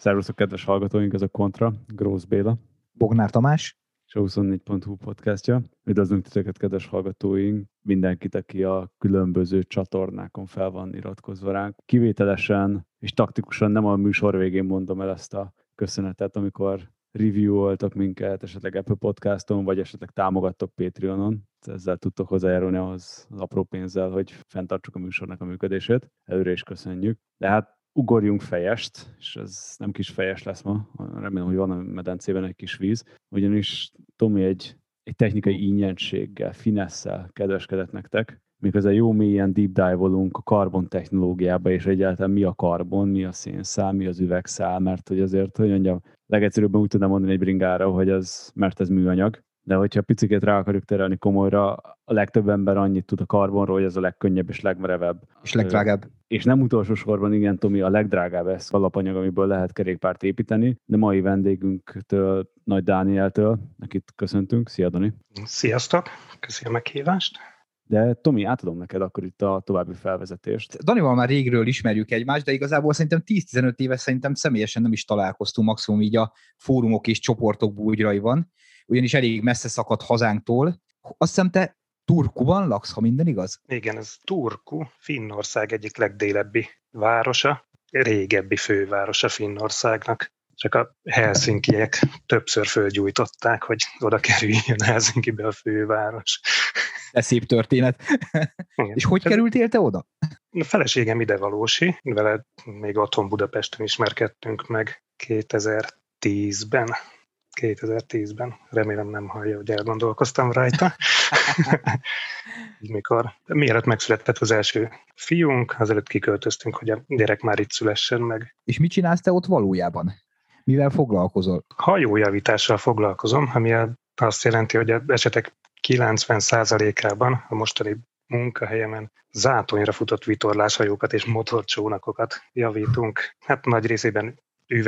Szervusztok, kedves hallgatóink, ez a Kontra, Grósz Béla. Bognár Tamás. És a 24.hu podcastja. Üdvözlünk titeket, kedves hallgatóink, mindenkit, aki a különböző csatornákon fel van iratkozva ránk. Kivételesen és taktikusan nem a műsor végén mondom el ezt a köszönetet, amikor review-oltak minket, esetleg Apple Podcaston, vagy esetleg támogattok Patreonon. Ezzel tudtok hozzájárulni ahhoz az apró pénzzel, hogy fenntartsuk a műsornak a működését. Előre is köszönjük. De hát ugorjunk fejest, és ez nem kis fejes lesz ma, remélem, hogy van a medencében egy kis víz, ugyanis Tomi egy technikai ingyenséggel, finesszel kedveskedett nektek, miközben jó mélyen deep dive-olunk a karbon technológiába, és egyáltalán mi a karbon, mi a szénszál, mi az üvegszál, mert hogy azért, hogy mondjam, legegyszerűbben úgy tudnám mondani egy bringára, hogy mert ez műanyag, de hogyha picikét rá akarjuk terelni komolyra, a legtöbb ember annyit tud a karbonról, hogy ez a legkönnyebb és legmerevebb. És legdrágább. És nem utolsó sorban, igen, Tomi, a legdrágább ez alapanyag, amiből lehet kerékpárt építeni, de mai vendégünktől, Nagy Dánieltől, akit köszöntünk. Szia, Dani! Sziasztok! Köszönöm a meghívást! De Tomi, átadom neked akkor itt a további felvezetést. Danival már régről ismerjük egymást, de igazából szerintem 10-15 éve személyesen nem is találkoztunk, maximum így a fórumok és csoportok bújraiban, ugyanis elég messze szakadt hazánktól. Azt hiszem, te Turkuban laksz, ha minden igaz? Igen, ez Turku, Finnország egyik legdélebbi városa, régebbi fővárosa Finnországnak. Csak a helsinkiek többször fölgyújtották, hogy oda kerüljön Helsinkibe a főváros. Ez szép történet. Igen. És hogy kerültél te oda? A feleségem idevalósi, vele még otthon Budapesten ismerkedtünk meg 2010-ben. Remélem nem hallja, hogy elgondolkoztam rajta. Mielőtt megszületett az első fiunk, azelőtt kiköltöztünk, hogy a gyerek már itt szülessen meg. És mit csinálsz te ott valójában? Mivel foglalkozol? Hajójavítással foglalkozom, ami azt jelenti, hogy az esetek 90%-ában a mostani munkahelyemen zátonyra futott vitorláshajókat és motorcsónakokat javítunk. Hát nagy részében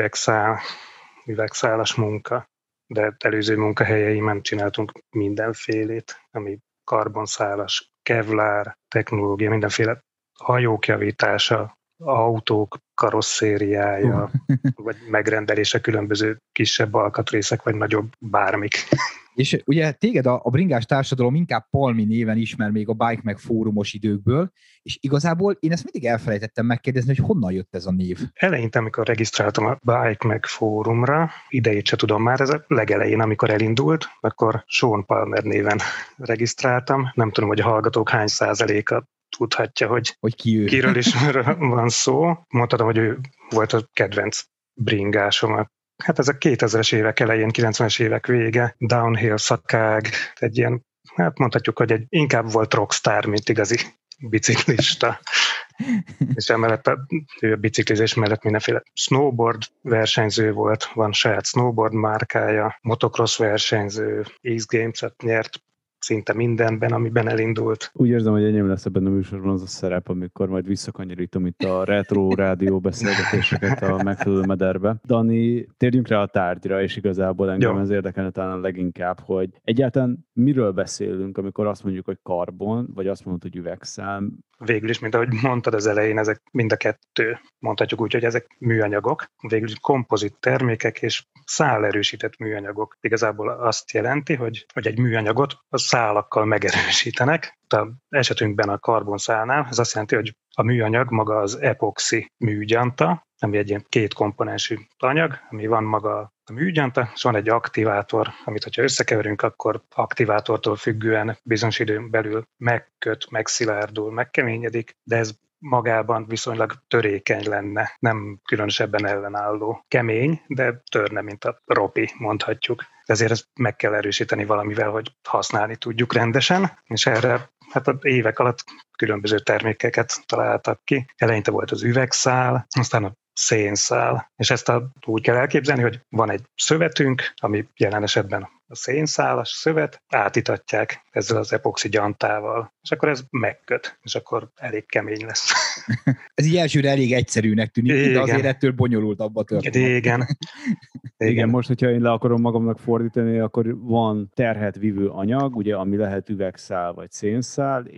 üvegszálas munka, de előző munkahelyeimen csináltunk mindenfélét, ami karbonszálas, kevlár, technológia, mindenféle hajók javítása, autók karosszériája, vagy megrendelése különböző kisebb alkatrészek, vagy nagyobb bármik. És ugye téged a bringás társadalom inkább Palmi néven ismer még a Bike Mag fórumos időkből, és igazából én ezt mindig elfelejtettem megkérdezni, hogy honnan jött ez a név. Eleinte, amikor regisztráltam a Bike Mag fórumra, idejét se tudom már, ez a legelején, amikor elindult, akkor Sean Palmer néven regisztráltam. Nem tudom, hogy a hallgatók hány százaléka tudhatja, hogy ki ő. Kiről is van szó. Mondhatom, hogy ő volt a kedvenc bringásom. Hát ez a 2000-es évek elején, 90-es évek vége, downhill szakág, egy ilyen, hát mondhatjuk, hogy inkább volt rockstar, mint igazi biciklista. És emellett a biciklizés mellett mindenféle snowboard versenyző volt, van saját snowboard márkája, motocross versenyző, X-Games-et nyert szinte mindenben, amiben elindult. Úgy érzem, hogy enyém lesz ebben a műsorban az a szerep, amikor majd visszakanyarítom itt a retro rádió beszélgetéseket a megfelelő mederbe. Dani, térjünk rá a tárgyra, és igazából engem ez érdekelne talán leginkább, hogy egyáltalán miről beszélünk, amikor azt mondjuk, hogy karbon, vagy azt mondod, hogy üvegszál. Végül is, mint ahogy mondtad az elején, ezek mind a kettő, mondhatjuk úgy, hogy ezek műanyagok, végül is kompozit termékek és szálerősített műanyagok. Igazából azt jelenti, hogy egy műanyagot a szálakkal megerősítenek. A esetünkben a karbonszálnál ez azt jelenti, hogy a műanyag maga az epoxi műgyanta, ami egy ilyen kétkomponensű anyag, ami van maga a műgyanta, és van egy aktivátor, amit ha összekeverünk, akkor aktivátortól függően bizonyos időn belül megköt, megszilárdul, megkeményedik, de ez magában viszonylag törékeny lenne, nem különösebben ellenálló. Kemény, de törne, mint a ropi, mondhatjuk. Ezért ezt meg kell erősíteni valamivel, hogy használni tudjuk rendesen, és erre hát az évek alatt különböző termékeket találtak ki. Eleinte volt az üvegszál, aztán a szénszál, és ezt úgy kell elképzelni, hogy van egy szövetünk, ami jelen esetben a szénszálas szövet, átítatják ezzel az epoxi gyantával, és akkor ez megköt, és akkor elég kemény lesz. Ez így elsőre elég egyszerűnek tűnik, de azért ettől bonyolultabb a történet. Igen, most, hogyha én le akarom magamnak fordítani, akkor van terhet vívő anyag, ugye, ami lehet üvegszál vagy szénszál, és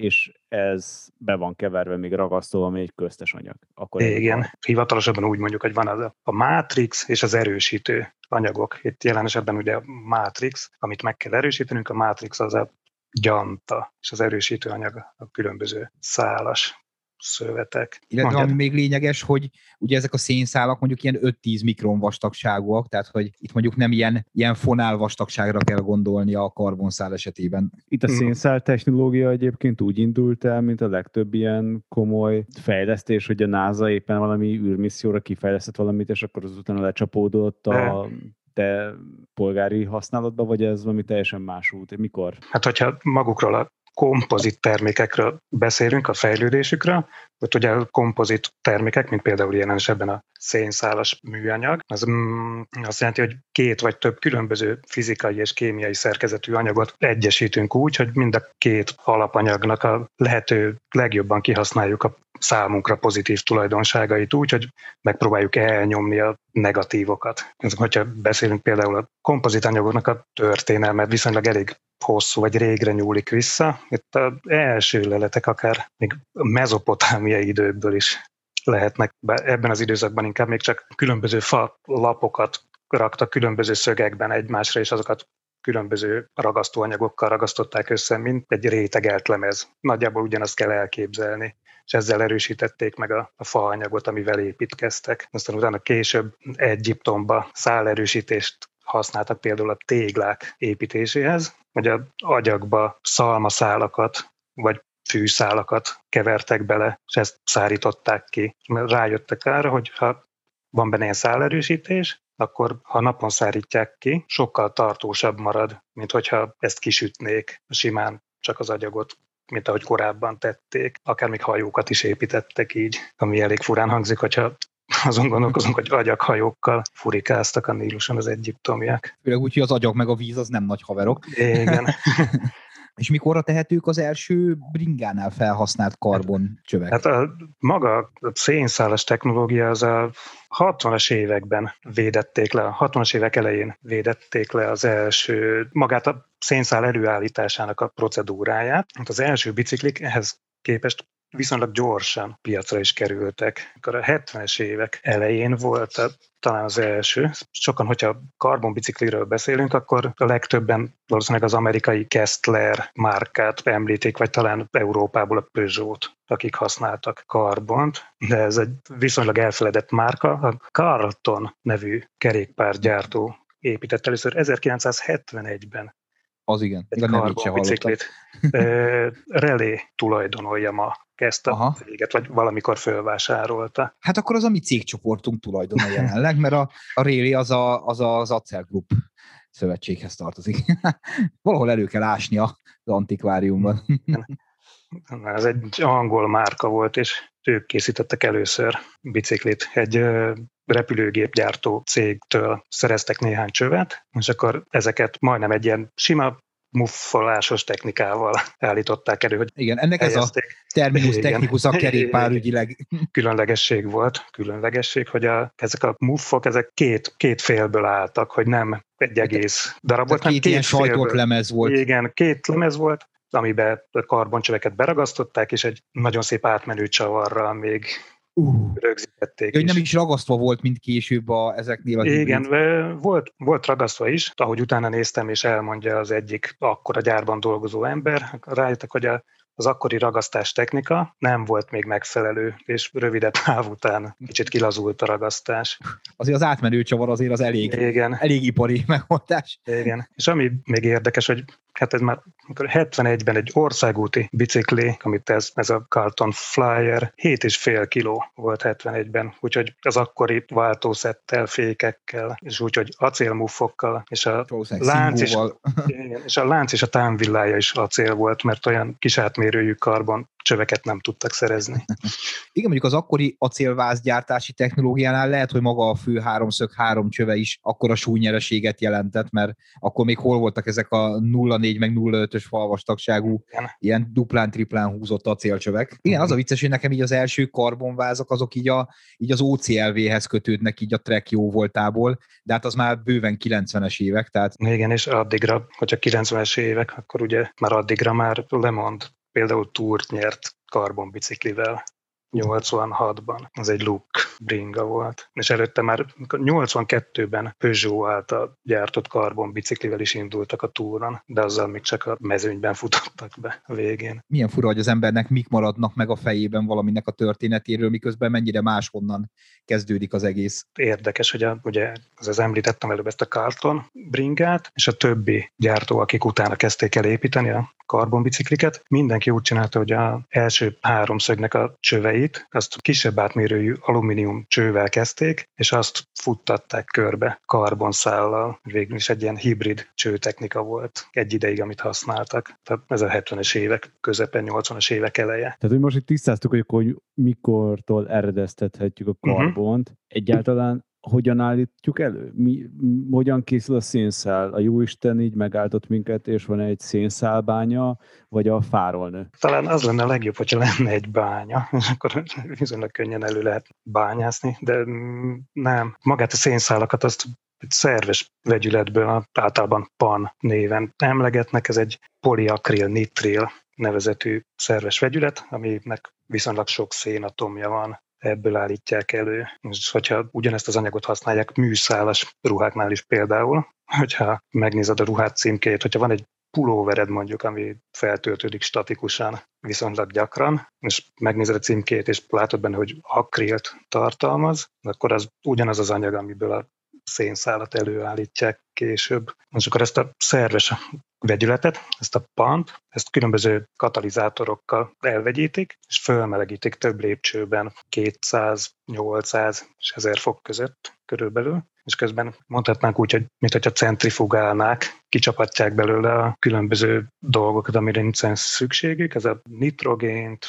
ez be van keverve még ragasztó, ami egy köztes anyag. Akkor igen, hivatalosabban úgy mondjuk, hogy van az a mátrix és az erősítő anyagok. Itt jelen esetben ugye a mátrix, amit meg kell erősítenünk, a mátrix az a gyanta, és az erősítő anyag a különböző szálas szövetek. Illetve ami még lényeges, hogy ugye ezek a szénszálak mondjuk ilyen 5-10 mikron vastagságúak, tehát hogy itt mondjuk nem ilyen fonál vastagságra kell gondolni a karbonszál esetében. Itt a szénszál technológia egyébként úgy indult el, mint a legtöbb ilyen komoly fejlesztés, hogy a NASA éppen valami űrmisszióra kifejlesztett valamit, és akkor azután lecsapódott a te polgári használatba, vagy ez valami teljesen más út? Mikor? Hát, hogyha magukról a kompozit termékekről beszélünk, a fejlődésükről, ott ugye a kompozit termékek, mint például ilyen esetben a szénszálas műanyag, az azt jelenti, hogy 2 vagy több különböző fizikai és kémiai szerkezetű anyagot egyesítünk úgy, hogy mind a 2 alapanyagnak a lehető legjobban kihasználjuk a számunkra pozitív tulajdonságait úgy, hogy megpróbáljuk elnyomni a negatívokat. Hogyha beszélünk például a kompozitanyagoknak a történelme viszonylag elég hosszú vagy régre nyúlik vissza. Itt az első leletek akár még mezopotámiai időkből is lehetnek, ebben az időszakban inkább még csak különböző fa lapokat raktak különböző szögekben egymásra, és azokat különböző ragasztóanyagokkal ragasztották össze, mint egy rétegelt lemez. Nagyjából ugyanazt kell elképzelni, és ezzel erősítették meg a faanyagot, amivel építkeztek. Aztán utána később Egyiptomba szálerősítést használtak például a téglák építéséhez, vagy az agyagba szalmaszálakat, vagy fűszálakat kevertek bele, és ezt szárították ki. Rájöttek arra, hogy ha van benne ilyen szálerősítés, akkor ha napon szárítják ki, sokkal tartósabb marad, mint hogyha ezt kisütnék simán csak az agyagot, mint ahogy korábban tették. Akár még hajókat is építettek így, ami elég furán hangzik, hogyha azon gondolkozunk, hogy agyaghajókkal furikáztak a Níluson az egyiptomiak. Főleg úgy, hogy az agyag meg a víz az nem nagy haverok. Igen. És mikorra tehetők az első bringánál felhasznált karboncsövek? Hát maga a szénszálas technológia az a 60-as években védették le, a 60-as évek elején védették le az első, magát a szénszál előállításának a procedúráját. Az első biciklik ehhez képest viszonylag gyorsan piacra is kerültek. Akkor a 70-es évek elején volt talán az első. Sokan, hogyha karbonbicikliről beszélünk, akkor a legtöbben valószínűleg az amerikai Kestler márkát említik, vagy talán Európából a Peugeot, akik használtak karbont, de ez egy viszonylag elfeledett márka. A Carlton nevű kerékpárgyártó épített először 1971-ben. Az igen. Egy karbonbiciklit. Relé tulajdonolja ma ezt a céget, vagy valamikor fölvásárolta. Hát akkor az a mi cégcsoportunk tulajdona jelenleg, mert a Rélé az az Acel Group szövetséghez tartozik. Valahol elő kell ásni az antikváriumban. Ez egy angol márka volt, és ők készítettek először biciklit. Egy repülőgépgyártó cégtől szereztek néhány csövet, és akkor ezeket majdnem egy ilyen sima muffolásos technikával állították elő, hogy igen, ennek helyezték. Ez a terminus technicus a kerékpárügyileg. Különlegesség, hogy ezek a muffok, ezek két félből álltak, hogy nem egy egész darab volt, két ilyen sajtott lemez volt. Igen, 2 lemez volt, amiben a karboncsöveket beragasztották, és egy nagyon szép átmenő csavarral még rögzítették. Hogy nem is ragasztva volt, mint később ezeknél a igen, volt ragasztva is, ahogy utána néztem, és elmondja az egyik akkor a gyárban dolgozó ember, rájöttek, hogy az akkori ragasztás technika nem volt még megfelelő, és rövidebb táv után kicsit kilazult a ragasztás. Azért az átmenő csavar azért az elég ipari megoldás. Igen, és ami még érdekes, hogy hát ez már 71-ben egy országúti bicikli, amit ez a Carlton Flyer 7,5 kiló volt 71-ben, úgyhogy az akkori váltószettel, fékekkel, és úgyhogy acélmuffokkal, és a lánc és a támvillája is acél volt, mert olyan kis átmérőjű karbon csöveket nem tudtak szerezni. Igen, mondjuk az akkori acélvázgyártási technológiánál lehet, hogy maga a fő háromszög 3 csöve is akkora súlynyereséget jelentett, mert akkor még hol voltak ezek a 0,4 meg 0,5-ös falvastagságú, ilyen duplán-triplán húzott acélcsövek. Igen, az a vicces, hogy nekem így az első karbonvázak, azok így az OCLV-hez kötődnek így a Trek jó voltából, de hát az már bőven 90-es évek. Tehát... Igen, és addigra, hogyha 90-es évek, akkor ugye már addigra már Le Monde például túrt nyert karbonbiciklivel 86-ban. Az egy Look bringa volt. És előtte már 82-ben Peugeot által gyártott karbonbiciklivel is indultak a túron, de azzal még csak a mezőnyben futottak be a végén. Milyen fura, hogy az embernek mik maradnak meg a fejében valaminek a történetéről, miközben mennyire máshonnan kezdődik az egész. Érdekes, hogy ugye az említettem előbb ezt a Carlton bringát, és a többi gyártó, akik utána kezdték el építeni a karbonbicikliket, mindenki úgy csinálta, hogy az első háromszögnek a csöveit, azt kisebb átmérőjű alumínium csővel kezdték, és azt futtatták körbe karbonszállal. Végül is egy ilyen hibrid csőtechnika volt egy ideig, amit használtak. Tehát ez a 70-es évek közepe, 80-as évek eleje. Tehát, hogy most itt tisztáztuk, hogy mikortól eredeztethetjük a karbont. Egyáltalán hogyan állítjuk elő? Hogyan készül a szénszál? A jóisten így megálltott minket, és van egy szénszálbánya, vagy a fárolnő? Talán az lenne a legjobb, hogyha lenne egy bánya, és akkor viszonylag könnyen elő lehet bányászni, de nem. Magát a szénszálakat azt egy szerves vegyületből, általában PAN néven emlegetnek, ez egy poliakril nitril nevezetű szerves vegyület, aminek viszonylag sok szénatomja van. Ebből állítják elő. És hogyha ugyanezt az anyagot használják műszálas ruháknál is például, hogyha megnézed a ruhát címkét, hogyha van egy pulóvered mondjuk, ami feltöltődik statikusan viszonylag gyakran, és megnézed a címkét, és látod benne, hogy akrilt tartalmaz, akkor az ugyanaz az anyag, amiből a szénszálat előállítják később. És akkor ezt a szerves vegyületet, ezt a pant, ezt különböző katalizátorokkal elvegyítik, és fölmelegítik több lépcsőben 200, 800 és 1000 fok között körülbelül, és közben mondhatnánk úgy, hogy mintha centrifugálnák, kicsapatják belőle a különböző dolgokat, amire nincsen szükségük, ez a nitrogént,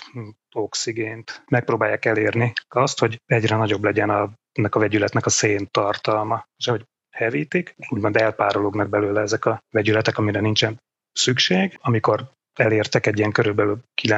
oxigént, megpróbálják elérni azt, hogy egyre nagyobb legyen ennek a vegyületnek a szén tartalma. És ahogy hevítik, úgymond elpárolognak belőle ezek a vegyületek, amire nincsen szükség, amikor elértek egy ilyen körülbelül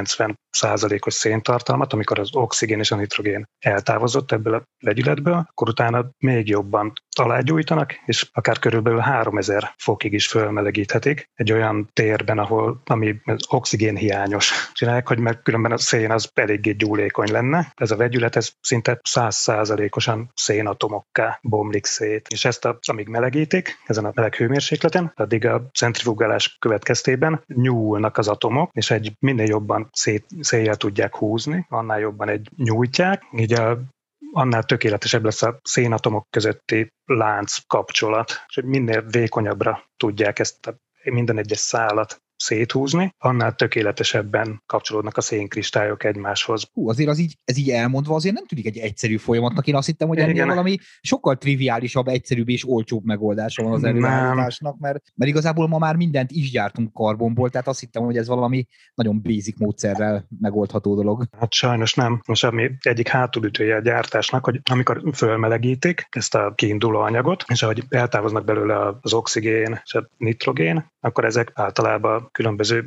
90%-os széntartalmat, amikor az oxigén és a nitrogén eltávozott ebből a vegyületből, akkor utána még jobban alágyújtanak, és akár körülbelül 3000 fokig is fölmelegíthetik egy olyan térben, ami oxigén hiányos. Csinálják, hogy mert különben a szén az eléggé gyúlékony lenne. Ez a vegyület, ez szinte 100%-osan szénatomokká bomlik szét. És ezt amíg melegítik, ezen a meleg hőmérsékleten, addig a centrifugálás következtében nyúlnak az atomok, és minél jobban széjjel tudják húzni, annál jobban nyújtják, így annál tökéletesebb lesz a szénatomok közötti lánc kapcsolat, és minél vékonyabbra tudják ezt minden egyes szálat széthúzni, annál tökéletesebben kapcsolódnak a szénkristályok egymáshoz. Azért ez így elmondva azért nem tűnik egy egyszerű folyamatnak. Én azt hittem, hogy ennél valami sokkal triviálisabb, egyszerűbb és olcsóbb megoldása van az előállításnak, mert igazából ma már mindent is gyártunk karbonból, tehát azt hittem, hogy ez valami nagyon basic módszerrel megoldható dolog. Hát sajnos nem. Most ami egyik hátulütője a gyártásnak, hogy amikor fölmelegítik ezt a kiinduló anyagot, és ahogy eltávoznak belőle az oxigén és a nitrogén, akkor ezek általában különböző,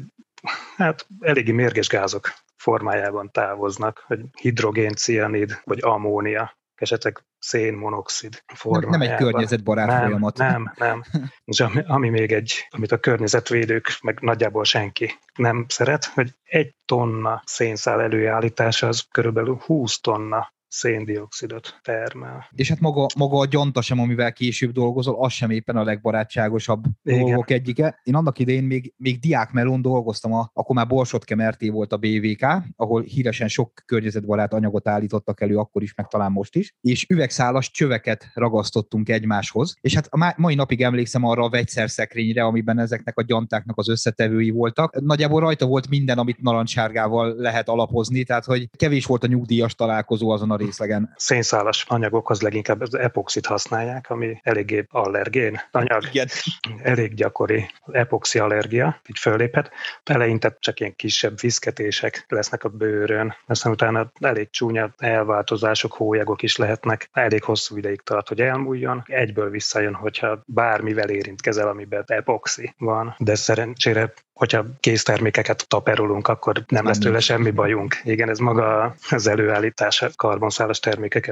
eléggé mérges gázok formájában távoznak, hogy hidrogén, cianid vagy ammónia, esetleg szénmonoxid formájában. Nem egy környezetbarát folyamat. Nem. És ami még amit a környezetvédők, meg nagyjából senki nem szeret, hogy 1 tonna szénszál előállítása az körülbelül 20 tonna széndioxidot termel. És hát maga a gyanta sem, amivel később dolgozol, az sem éppen a legbarátságosabb dolgok egyike. Én annak idején még diákmelón dolgoztam, akkor már Borsod-Kemerté volt a BVK, ahol híresen sok környezetbarát anyagot állítottak elő, akkor is, meg talán most is, és üvegszálas csöveket ragasztottunk egymáshoz, és hát a mai napig emlékszem arra a vegyszerszekrényre, amiben ezeknek a gyantáknak az összetevői voltak. Nagyjából rajta volt minden, amit narancssárgával lehet alapozni, tehát hogy kevés volt a nyugdíjas találkozó azon a részlegen. Szénszálas anyagokhoz leginkább az epoxit használják, ami eléggé allergén anyag. Igen. Elég gyakori epoxi allergia, így fölléphet. Eleinte csak ilyen kisebb viszketések lesznek a bőrön, aztán utána elég csúnya elváltozások, hólyagok is lehetnek. Elég hosszú ideig tart, hogy elmúljon. Egyből visszajön, hogyha bármivel érintkezel, amiben epoxi van. De szerencsére, hogyha késztermékeket taperolunk, akkor nem lesz tőle semmi bajunk. Igen, ez maga az előállítása, karbonszálas termékek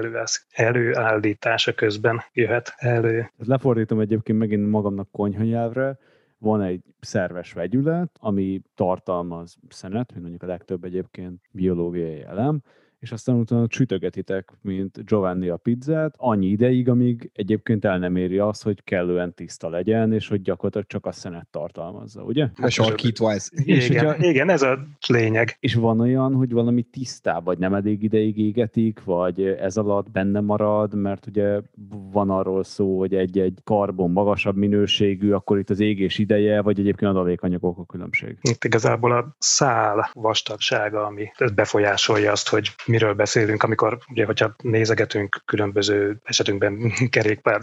előállítása közben jöhet elő. Lefordítom egyébként megint magamnak konyhanyelvre. van egy szerves vegyület, ami tartalmaz szenet, mint mondjuk a legtöbb egyébként biológiai elem, és aztán utána sütögetitek, mint Giovanni a pizzát, annyi ideig, amíg egyébként el nem éri azt, hogy kellően tiszta legyen, és hogy gyakorlatilag csak a szenet tartalmazza, ugye? Besarkítva ez. Igen, ez a lényeg. És van olyan, hogy valami tisztább, vagy nem elég ideig égetik, vagy ez alatt benne marad, mert ugye van arról szó, hogy egy karbon magasabb minőségű, akkor itt az égés ideje, vagy egyébként adalékanyagok a különbség. Itt igazából a szál vastagsága, ami befolyásolja azt, hogy miről beszélünk, amikor, ugye, hogyha nézegetünk különböző esetünkben kerékpár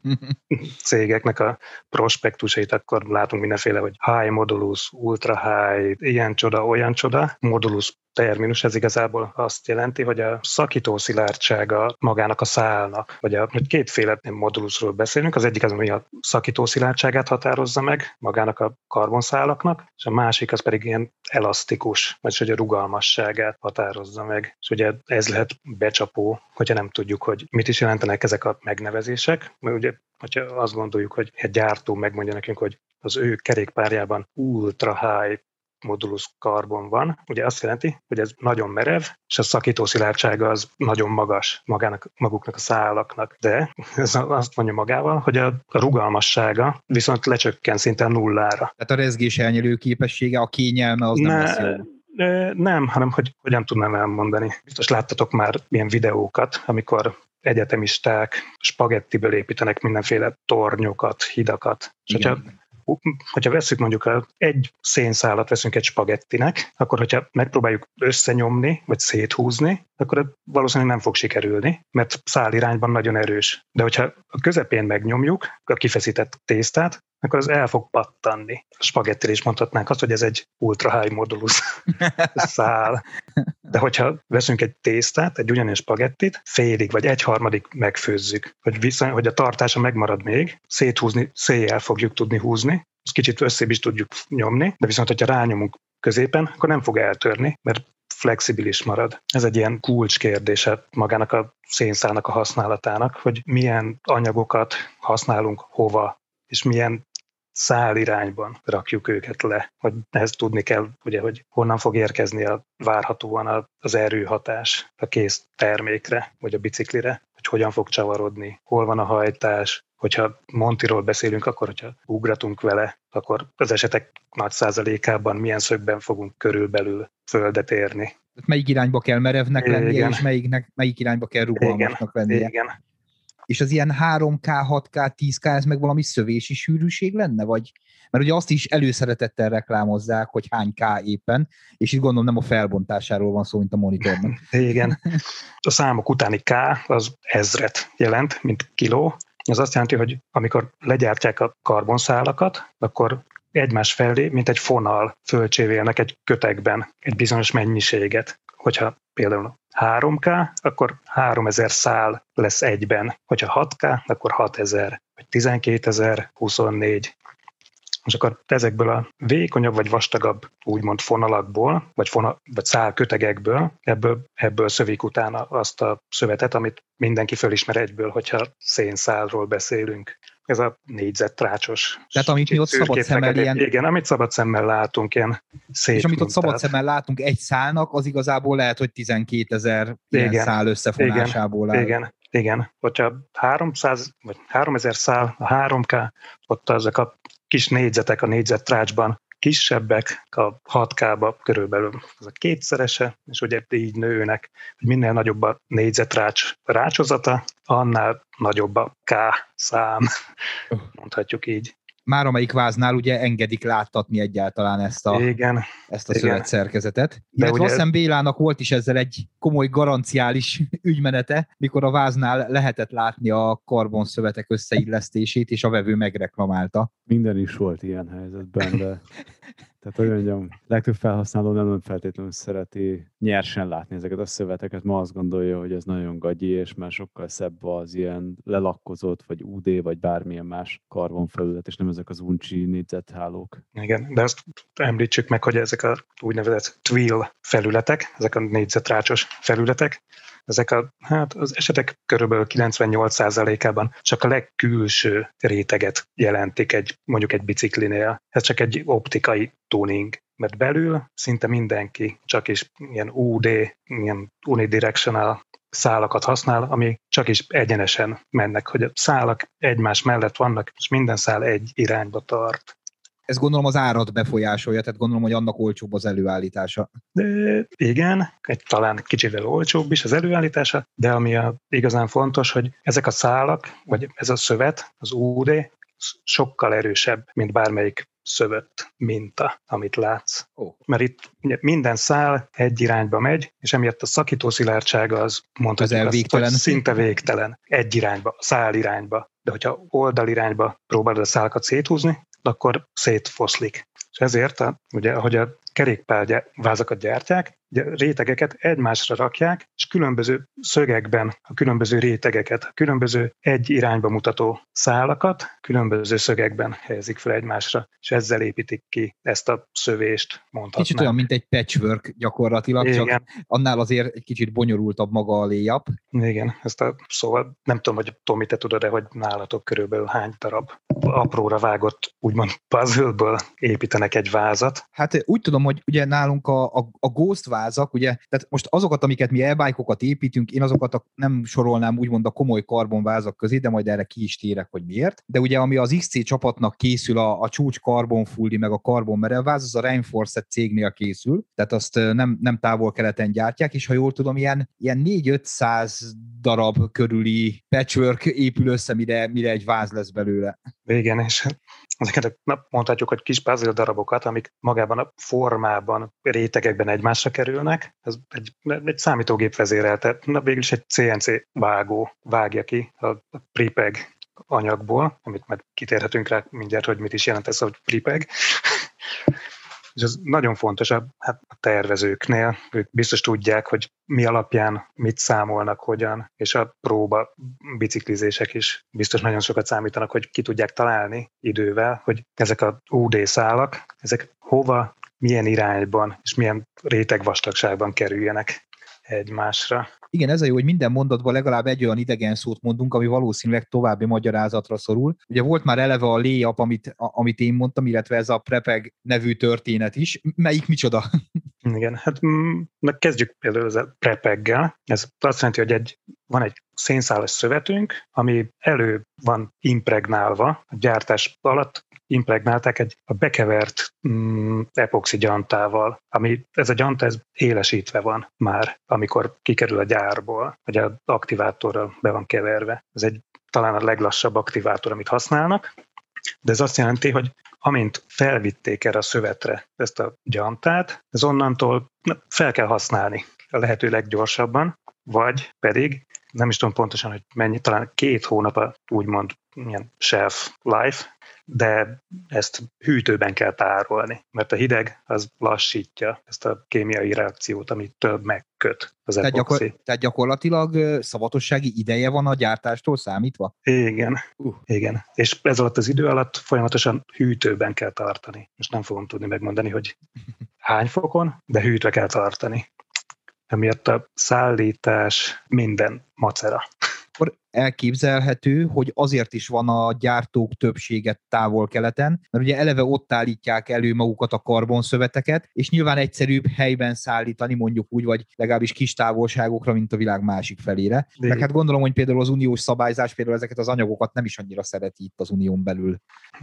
cégeknek a prospektusait, akkor látunk mindenféle, hogy high modulus, ultra high, ilyen csoda, olyan csoda. Modulus terminus, ez igazából azt jelenti, hogy a szakító szilárdsága magának a szálnak, hogy kétféle modulusról beszélünk, az egyik az, ami a szakító szilárdságát határozza meg magának a karbonszálaknak, és a másik az pedig ilyen elasztikus, vagyis hogy a rugalmasságát határozza meg. És ugye ez lehet becsapó, hogyha nem tudjuk, hogy mit is jelentenek ezek a megnevezések, mert ugye, hogyha azt gondoljuk, hogy egy gyártó megmondja nekünk, hogy az ő kerékpárjában ultra high modulus karbon van, ugye azt jelenti, hogy ez nagyon merev, és a szakító szilárdsága az nagyon magas maguknak a szálaknak, de ez azt mondja magával, hogy a rugalmassága viszont lecsökken szinte nullára. Tehát a rezgés elnyelő képessége, a kényelme az nem lesz jó. Nem, hanem hogy hogyan tudnám elmondani. Biztos láttatok már ilyen videókat, amikor egyetemisták spagettiből építenek mindenféle tornyokat, hidakat. És hogyha veszük mondjuk egy szénszálat veszünk egy spagettinek, akkor hogyha megpróbáljuk összenyomni, vagy széthúzni, akkor valószínűleg nem fog sikerülni, mert szálirányban nagyon erős. De hogyha a közepén megnyomjuk a kifeszített tésztát, akkor az el fog pattanni. A spagettire is mondhatnánk azt, hogy ez egy ultra high modulus szál. De hogyha veszünk egy tésztát, egy ugyanilyen spagettit, félig vagy egyharmadig megfőzzük, hogy a tartása megmarad még, széthúzni, széjjel fogjuk tudni húzni, ezt kicsit összébb is tudjuk nyomni, de viszont, hogyha rányomunk középen, akkor nem fog eltörni, mert flexibilis marad. Ez egy ilyen kulcskérdése magának a szénszálnak a használatának, hogy milyen anyagokat használunk hova, és milyen szálirányban rakjuk őket le. Hogy ehhez tudni kell, ugye, hogy honnan fog érkezni várhatóan az erőhatás a kész termékre, vagy a biciklire, hogy hogyan fog csavarodni, hol van a hajtás. Hogyha Montiról beszélünk, akkor hogyha ugratunk vele, akkor az esetek nagy százalékában milyen szögben fogunk körülbelül földet érni. Melyik irányba kell merevnek lennie, és melyik irányba kell rugalmasnak lennie. Igen. És az ilyen 3K, 6K, 10K, ez meg valami szövési sűrűség lenne? Vagy? Mert ugye azt is előszeretettel reklámozzák, hogy hány K éppen, és itt gondolom nem a felbontásáról van szó, mint a monitornak. Igen. A számok utáni K az ezret jelent, mint kiló. Ez azt jelenti, hogy amikor legyártják a karbonszálakat, akkor egymás felé, mint egy fonal fölcsévélnek egy kötekben egy bizonyos mennyiséget. Hogyha például 3K, akkor 3000 szál lesz egyben. Hogyha 6K, akkor 6000, vagy 12000, 24. És akkor ezekből a vékonyabb vagy vastagabb úgymond fonalakból, vagy szálkötegekből, ebből szövik utána azt a szövetet, amit mindenki fölismer egyből, hogyha szénszálról beszélünk. Ez a négyzettrácsos. Tehát amit mi ott szabad szemmel ilyen... Igen, amit szabad szemmel látunk, ilyen szép. És amit ott szabad szemmel látunk egy szálnak, az igazából lehet, hogy 12 000 ilyen szál összefonásából áll. Igen. Hogyha 300 vagy 3000 szál, a 3K, ott ezek a kis négyzetek a négyzettrácsban kisebbek, a 6K-ba körülbelül az a kétszerese, és ugye így nőnek, hogy minél nagyobb a négyzetrács rácsozata, annál nagyobb a K szám, mondhatjuk így. Már amelyik váznál ugye engedik láttatni egyáltalán ezt a szövetszerkezetet. Illetve azt hiszem Bélának volt is ezzel egy komoly garanciális ügymenete, mikor a váznál lehetett látni a karbonszövetek összeillesztését, és a vevő megreklamálta. Minden is volt ilyen helyzetben, de tehát, hogy mondjam, legtöbb felhasználó nem feltétlenül szereti nyersen látni ezeket a szöveteket, ma azt gondolja, hogy ez nagyon gagyi, és már sokkal szebb az ilyen lelakkozott, vagy UD, vagy bármilyen más karbonfelület, és nem ezek az uncsi négyzethálók. Igen, de azt említsük meg, hogy ezek a úgynevezett twill felületek, ezek a négyzetrácsos felületek, ezek az esetek körülbelül 98%-ában csak a legkülső réteget jelentik mondjuk egy biciklinél. Ez csak egy optikai tuning, mert belül szinte mindenki csak is ilyen UD, ilyen unidirectional szálakat használ, ami csak is egyenesen mennek, hogy a szálak egymás mellett vannak, és minden szál egy irányba tart. Ez gondolom az árat befolyásolja, tehát gondolom, hogy annak olcsóbb az előállítása. De igen, talán kicsivel olcsóbb is az előállítása, de ami igazán fontos, hogy ezek a szálak, vagy ez a szövet, az UD, sokkal erősebb, mint bármelyik szövött minta, amit látsz. Mert itt ugye minden szál egy irányba megy, és emiatt a szakító szilárdsága az mondhatjuk azt, hogy szinte végtelen. Egy irányba, szál irányba. De hogyha oldalirányba próbálod a szálakat széthúzni, akkor szétfoszlik. És ezért, ugye, ahogy a kerékpárvázakat gyártják, ugye rétegeket egymásra rakják, és különböző szögekben a különböző rétegeket, a különböző egy irányba mutató szálakat különböző szögekben helyezik fel egymásra, és ezzel építik ki ezt a szövést, mondhatnám. Kicsit olyan, mint egy patchwork gyakorlatilag, igen. Csak annál azért egy kicsit bonyolultabb maga a layup. Igen, szóval nem tudom, hogy Tomi, te tudod-e, hogy nálatok körülbelül hány darab apróra vágott, úgymond puzzle-ből építenek egy vázat? Hát úgy tudom, hogy ugye nálunk a Ghost vázak, ugye, tehát most azokat, amiket mi e-bike-okat építünk, én azokat nem sorolnám úgymond a komoly karbonvázak közé, de majd erre ki is térek, hogy miért. De ugye ami az XC csapatnak készül, a csúcs Carbon Fully meg a Carbon merevváz, az a Reinforced cégnél készül, tehát azt nem távol-keleten gyártják, és ha jól tudom, ilyen 400-500 darab körüli patchwork épül össze, mire egy váz lesz belőle. Igen, és ezeket mondhatjuk, hogy kis puzzle darabokat, amik magában a formában, rétegekben egymásra kerülnek. Ez egy számítógép vezérelte, végül is egy CNC vágó vágja ki a prepeg anyagból, amit meg kitérhetünk rá mindjárt, hogy mit is jelent ez a prepeg. És ez nagyon fontos a tervezőknél, ők biztos tudják, hogy mi alapján mit számolnak, hogyan, és a próba biciklizések is biztos nagyon sokat számítanak, hogy ki tudják találni idővel, hogy ezek a UD szálak, ezek hova, milyen irányban és milyen rétegvastagságban kerüljenek egymásra. Igen, ez a jó, hogy minden mondatban legalább egy olyan idegen szót mondunk, ami valószínűleg további magyarázatra szorul. Ugye volt már eleve a layup, amit én mondtam, illetve ez a prepeg nevű történet is. Melyik micsoda? Igen, hát kezdjük például ezzel prepeggel. Ez azt jelenti, hogy van egy szénszálas szövetünk, ami elő van impregnálva, a gyártás alatt impregnálták a bekevert epoxi gyantával, ez a gyanta élesítve van már, amikor kikerül a gyárból, vagy az aktivátorral be van keverve. Ez talán a leglassabb aktivátor, amit használnak, de ez azt jelenti, hogy amint felvitték erre a szövetre ezt a gyantát, ez onnantól fel kell használni a lehető leggyorsabban, vagy pedig, nem is tudom pontosan, hogy mennyi, talán 2 hónap a úgymond ilyen shelf life, de ezt hűtőben kell tárolni, mert a hideg az lassítja ezt a kémiai reakciót, amit több megköt az epoxi. Tehát gyakorlatilag szavatossági ideje van a gyártástól számítva? Igen. Igen. És ez alatt az idő alatt folyamatosan hűtőben kell tartani. Most nem fogom tudni megmondani, hogy hány fokon, de hűtve kell tartani. Emiatt a szállítás minden macera. Akkor elképzelhető, hogy azért is van a gyártók többséget távol-keleten, mert ugye eleve ott állítják elő magukat a karbonszöveteket, és nyilván egyszerűbb helyben szállítani, mondjuk úgy, vagy legalábbis kis távolságokra, mint a világ másik felére. Meg hát gondolom, hogy például az uniós szabályzás például ezeket az anyagokat nem is annyira szereti itt az unión belül.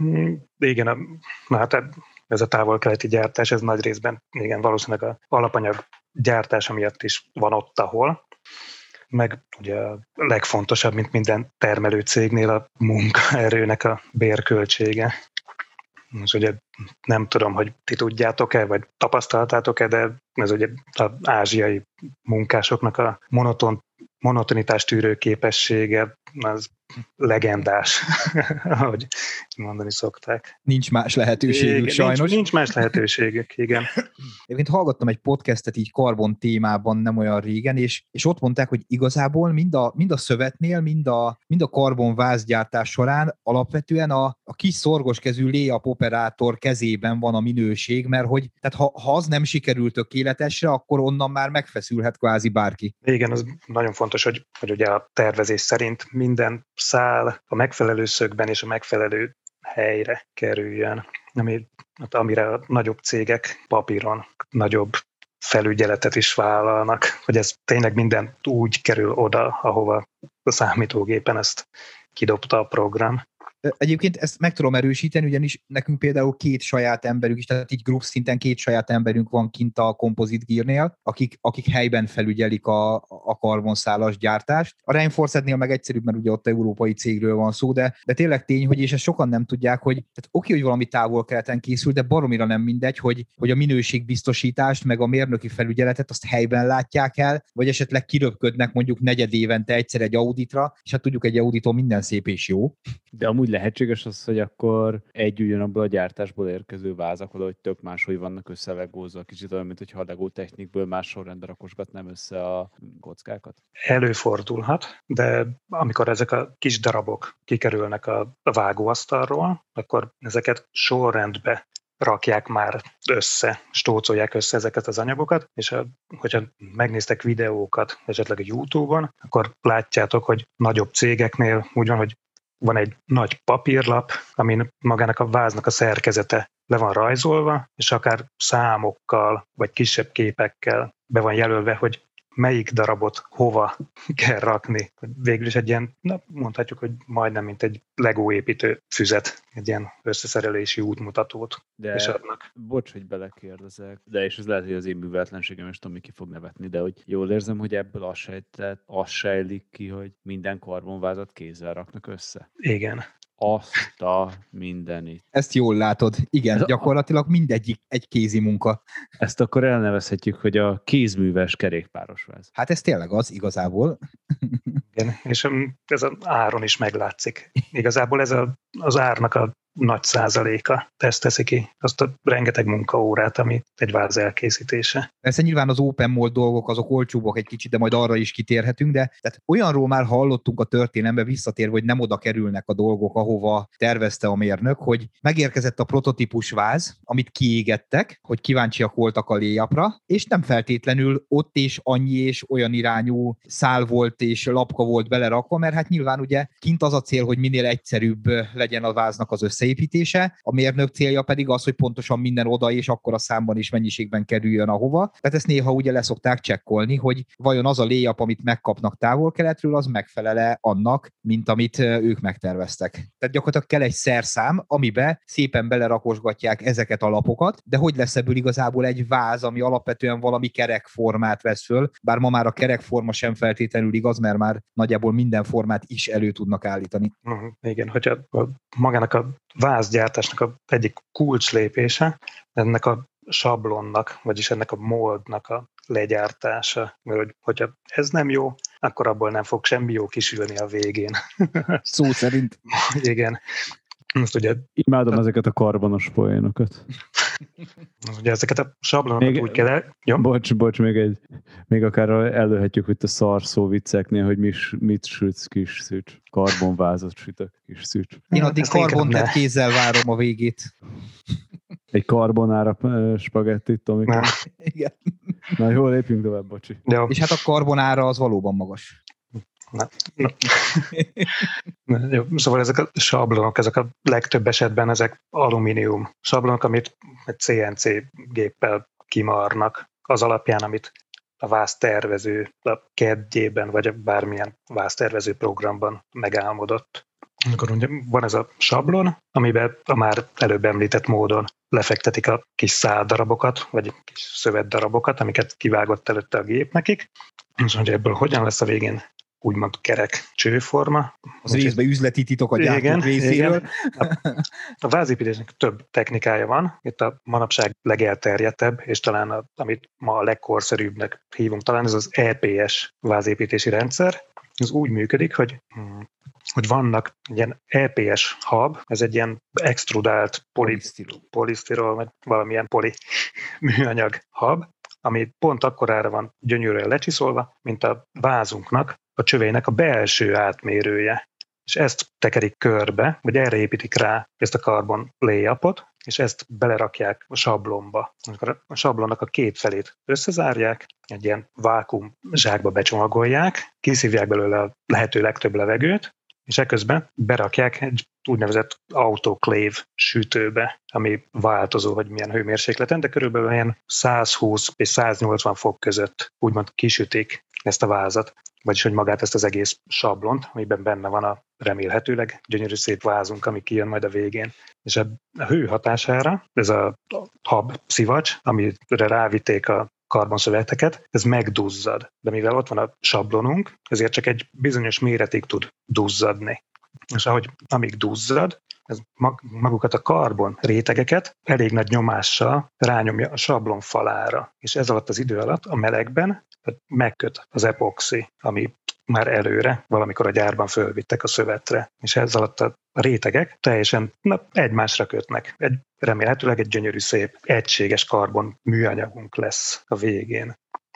Igen, ez a távol-keleti gyártás, ez nagy részben igen, valószínűleg az alapanyag gyártása miatt is van ott, ahol. Meg ugye a legfontosabb, mint minden termelő cégnél a munkaerőnek a bérköltsége. Most ugye nem tudom, hogy ti tudjátok-e, vagy tapasztaltátok-e, de ez ugye az ázsiai munkásoknak a monotonitás tűrő képessége az legendás, ahogy mondani szokták. Nincs más lehetőségük, igen, sajnos. Nincs más lehetőségük, igen. Egyébként hallgattam egy podcastet így karbon témában nem olyan régen, és ott mondták, hogy igazából mind a szövetnél, mind a karbonvázgyártás során alapvetően a kis szorgoskezű layup operátor kezében van a minőség, mert hogy tehát ha az nem sikerült tökéletesre, akkor onnan már megfeszülhet kvázi bárki. Igen, az nagyon fontos, hogy ugye a tervezés szerint minden szál a megfelelő szögben és a megfelelő helyre kerüljön, amire a nagyobb cégek papíron nagyobb felügyeletet is vállalnak, hogy ez tényleg minden úgy kerül oda, ahova a számítógépen ezt kidobta a program. Egyébként ezt meg tudom erősíteni, ugyanis nekünk például 2 saját emberünk is, tehát így group szinten 2 saját emberünk van kint a Composite Gearnél, akik helyben felügyelik a karbonszálas gyártást. A Reinforcednél meg egyszerűbb, mert ugye ott európai cégről van szó, de tényleg tény, hogy és ezt sokan nem tudják, hogy oké, hogy valami távol-keleten készül, de baromira nem mindegy, hogy a minőségbiztosítást, meg a mérnöki felügyeletet azt helyben látják el, vagy esetleg kiröpködnek mondjuk negyedévente egyszer egy auditra, és hát tudjuk, egy auditon minden szép és jó. De amúgy lehetséges az, hogy akkor egy ugyanabból a gyártásból érkező vázak valahogy tök máshogy vannak összelegózva, kicsit olyan, mint hogyha a Lego Technikből más sorrendben rakosgatnám össze a kockákat? Előfordulhat, de amikor ezek a kis darabok kikerülnek a vágóasztalról, akkor ezeket sorrendbe rakják már össze, stócolják össze ezeket az anyagokat, és hogyha megnéztek videókat esetleg a YouTube-on, akkor látjátok, hogy nagyobb cégeknél úgy van, hogy van egy nagy papírlap, amin magának a váznak a szerkezete le van rajzolva, és akár számokkal, vagy kisebb képekkel be van jelölve, hogy melyik darabot hova kell rakni. Végül is egy ilyen, mondhatjuk, hogy majdnem mint egy Lego építő füzet, egy ilyen összeszerelési útmutatót is adnak. Bocs, hogy belekérdezek, de és ez lehet, hogy az én műveletlenségem, és Tomi ki fog nevetni, de hogy jól érzem, hogy ebből az sejlik ki, hogy minden karbonvázat kézzel raknak össze. Igen. Azt a mindenit. Ezt jól látod. Igen, gyakorlatilag mindegyik egy kézi munka. Ezt akkor elnevezhetjük, hogy a kézműves kerékpáros váz. Hát ez tényleg az, igazából. Igen, és ez az áron is meglátszik. Igazából ez az árnak a nagy százaléka teszi ki azt a rengeteg munkaórát, ami egy váz elkészítése. Persze nyilván az open mold dolgok azok olcsóbbak egy kicsit, de majd arra is kitérhetünk, de tehát olyanról már hallottunk a történelembe visszatérve, hogy nem oda kerülnek a dolgok, ahova tervezte a mérnök, hogy megérkezett a prototípus váz, amit kiégettek, hogy kíváncsiak voltak a layupra, és nem feltétlenül ott és annyi és olyan irányú szál volt és lapka volt belerakva, mert hát nyilván ugye kint az a cél, hogy minél egyszerűbb legyen a váznak az összeépítése, a mérnök célja pedig az, hogy pontosan minden oda és akkor a számban és mennyiségben kerüljön ahova. Tehát ezt néha ugye leszokták csekkolni, hogy vajon az a layup, amit megkapnak távol-keletről, az megfelele annak, mint amit ők megterveztek. Tehát gyakorlatilag kell egy szerszám, amibe szépen belerakosgatják ezeket a lapokat, de hogy lesz ebből igazából egy váz, ami alapvetően valami kerekformát vesz föl, bár ma már a kerekforma sem feltétlenül igaz, mert már nagyjából minden formát is elő tudnak állítani. Igen, hogyha magának a vázgyártásnak egyik kulcslépése ennek a sablonnak, vagyis ennek a moldnak a legyártása, mert hogyha ez nem jó, akkor abból nem fog semmi jó kisülni a végén. Szó szerint. Igen. Most ugye, imádom ezeket a karbonos poénokat. Ugye ezeket a sablonokat úgy kell Jó? Bocs, még akár előhetjük, hogy a szarszó vicceknél, hogy mit sütsz, kis szücs. Karbonvázat sütök, kis szücs. Én addig karbontett kézzel várom a végét. Egy karbonára spagettit, Tomikon. Igen. Na jó, lépjünk tovább, bocsi. Jó. És hát a karbonára az valóban magas. Jó, szóval ezek a sablonok, ezek a legtöbb esetben ezek alumínium sablonok, amit egy CNC géppel kimarnak az alapján, amit a váztervező a CAD-jében, vagy bármilyen váztervező programban megálmodott. Akkor ugye van ez a sablon, amiben a már előbb említett módon lefektetik a kis száldarabokat, vagy kis szövetdarabokat, amiket kivágott előtte a gép nekik. És ugye ebből hogyan lesz a végén úgymond kerek csőforma. Az részben üzleti titok a gyártók részéről. Igen. A vázépítésnek több technikája van. Itt a manapság legelterjedtebb, és talán amit ma a legkorszerűbbnek hívunk, talán ez az EPS vázépítési rendszer. Ez úgy működik, hogy hogy vannak ilyen EPS hab, ez egy ilyen extrudált polisztirol, vagy valamilyen műanyag hab, ami pont akkorára van gyönyörűen lecsiszolva, mint a vázunknak, a csövének a belső átmérője. És ezt tekerik körbe, vagy erre építik rá ezt a karbon layupot, és ezt belerakják a sablonba. Akkor a sablonnak a két felét összezárják, egy ilyen vákuum zsákba becsomagolják, kiszívják belőle a lehető legtöbb levegőt, és eközben berakják egy úgynevezett autoclave sütőbe, ami változó, hogy milyen hőmérsékleten, de körülbelül ilyen 120 és 180 fok között úgymond kisütik ezt a vázat, vagyis hogy magát ezt az egész sablont, amiben benne van a remélhetőleg gyönyörű szép vázunk, ami kijön majd a végén. És a hő hatására ez a hab szivacs, amire rávitték a karbonszöveteket, ez megduzzad. De mivel ott van a sablonunk, ezért csak egy bizonyos méretig tud duzzadni. És amíg duzzad, ez magukat a karbon rétegeket elég nagy nyomással rányomja a sablon falára. És ez alatt az idő alatt a melegben megköt az epoxi, ami már előre valamikor a gyárban fölvittek a szövetre. És ez alatt a rétegek teljesen egymásra kötnek. Remélhetőleg egy gyönyörű szép, egységes karbon műanyagunk lesz a végén.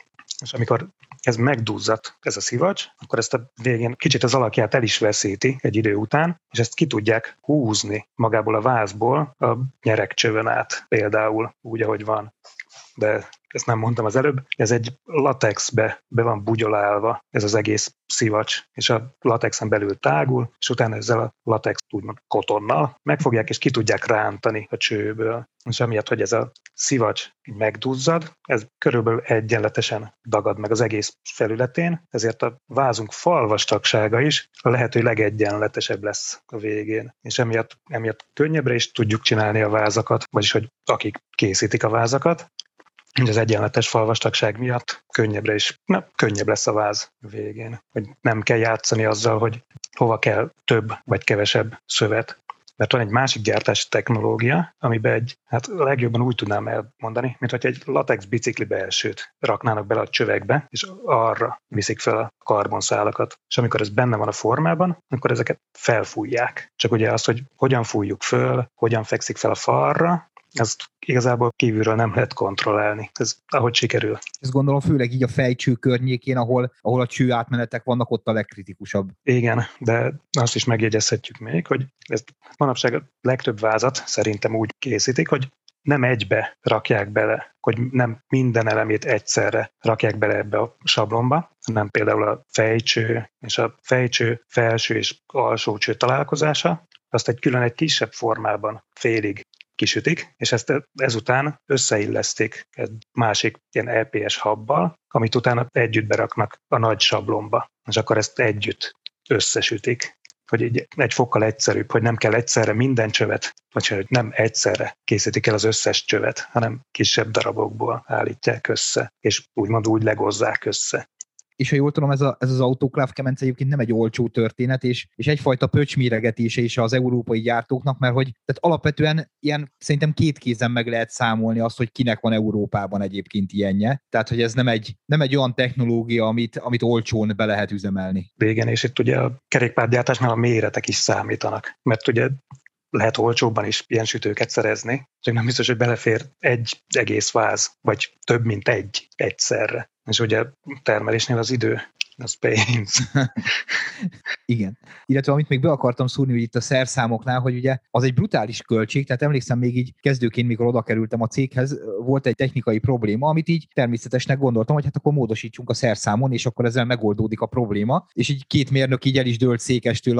És amikor ez megduzzadt, ez a szivacs, akkor ezt a végén kicsit az alakját el is veszíti egy idő után, és ezt ki tudják húzni magából a vázból a nyeregcsövön át, például úgy, ahogy van. De ezt nem mondtam az előbb, ez egy latexbe be van bugyolálva ez az egész szivacs, és a latexen belül tágul, és utána ezzel a latex úgymond kotonnal megfogják, és ki tudják rántani a csőből. És amiatt, hogy ez a szivacs megduzzad, ez körülbelül egyenletesen dagad meg az egész felületén, ezért a vázunk falvastagsága is a lehető legegyenletesebb lesz a végén. És emiatt könnyebbre is tudjuk csinálni a vázakat, vagyis hogy akik készítik a vázakat, hogy az egyenletes falvastagság miatt könnyebb lesz a váz végén. Hogy nem kell játszani azzal, hogy hova kell több vagy kevesebb szövet. Mert van egy másik gyártási technológia, amiben legjobban úgy tudnám elmondani, mint hogy egy latex bicikli belsőt raknának bele a csövekbe, és arra viszik fel a karbonszálakat. És amikor ez benne van a formában, akkor ezeket felfújják. Csak ugye azt, hogy hogyan fújjuk föl, hogyan fekszik fel a falra, ezt igazából kívülről nem lehet kontrollálni. Ez ahogy sikerül. Ezt gondolom főleg így a fejcső környékén, ahol a cső átmenetek vannak, ott a legkritikusabb. Igen, de azt is megjegyezhetjük még, hogy ezt manapság a legtöbb vázat szerintem úgy készítik, hogy nem egybe rakják bele, hogy nem minden elemét egyszerre rakják bele ebbe a sablonba, hanem például a fejcső és a fejcső felső és alsó cső találkozása, azt egy kisebb formában félig kisütik, és ezt ezután összeillesztik egy másik ilyen EPS habbal, amit utána együtt beraknak a nagy sablonba, és akkor ezt együtt összesütik, hogy egy fokkal egyszerűbb, hogy nem kell egyszerre minden csövet, vagy hogy nem egyszerre készítik el az összes csövet, hanem kisebb darabokból állítják össze, és úgymond úgy legozzák össze. És ha jól tudom, ez az autokláv kemence egyébként nem egy olcsó történet, és egyfajta pöcsméregetése is az európai gyártóknak, mert hogy tehát alapvetően ilyen szerintem két kézen meg lehet számolni azt, hogy kinek van Európában egyébként ilyenje. Tehát, hogy ez nem egy olyan technológia, amit olcsón be lehet üzemelni. Igen, és itt ugye a kerékpárgyártásnál a méretek is számítanak, mert ugye lehet olcsóbban is ilyen sütőket szerezni, csak nem biztos, hogy belefér egy egész váz, vagy több, mint egy egyszerre. És ugye termelésnél az idő, az pénz. Igen. Illetve amit még be akartam szúrni, hogy itt a szerszámoknál, hogy ugye az egy brutális költség, tehát emlékszem még így kezdőként, mikor oda kerültem a céghez, volt egy technikai probléma, amit így természetesnek gondoltam, hogy hát akkor módosítsunk a szerszámon, és akkor ezzel megoldódik a probléma. És így két mérnök így el is dőlt székestől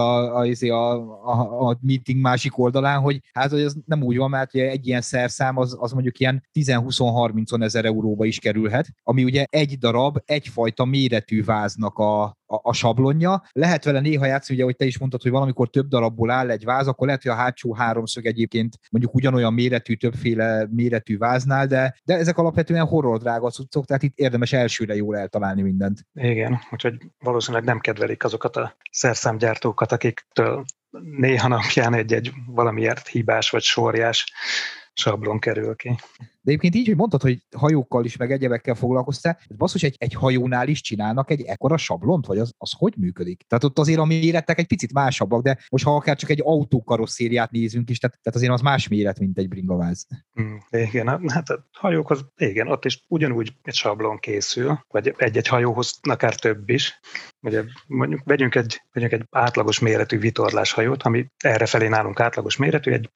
a meeting másik oldalán, hogy hát hogy ez nem úgy van, mert egy ilyen szerszám az mondjuk ilyen 10-20-30 ezer euróba is kerülhet, ami ugye egy darab, egyfajta méretű váznak a sablonja. Lehet vele néha játszani, ugye, ahogy te is mondtad, hogy valamikor több darabból áll egy váz, akkor lehet, hogy a hátsó háromszög egyébként mondjuk ugyanolyan méretű, többféle méretű váznál, de ezek alapvetően horror drága cuccok, tehát itt érdemes elsőre jól eltalálni mindent. Igen, úgyhogy valószínűleg nem kedvelik azokat a szerszámgyártókat, akiktől néha napján egy valamiért hibás vagy sorjás sablon kerül ki. De egyébként így, hogy mondtad, hogy hajókkal is, meg egyebekkel foglalkoztál, basszus, egy hajónál is csinálnak egy ekkora sablont, vagy az hogy működik? Tehát ott azért a méretek egy picit másabbak, de most ha akár csak egy autókarosszériát nézünk is, tehát azért az más méret, mint egy bringaváz. Igen, hát a hajókhoz, igen, ott is ugyanúgy egy sablon készül, vagy egy-egy hajóhoz akár több is. Ugye mondjuk vegyünk egy átlagos méretű vitorláshajót, ami errefelé nálunk átlagos méretű, egy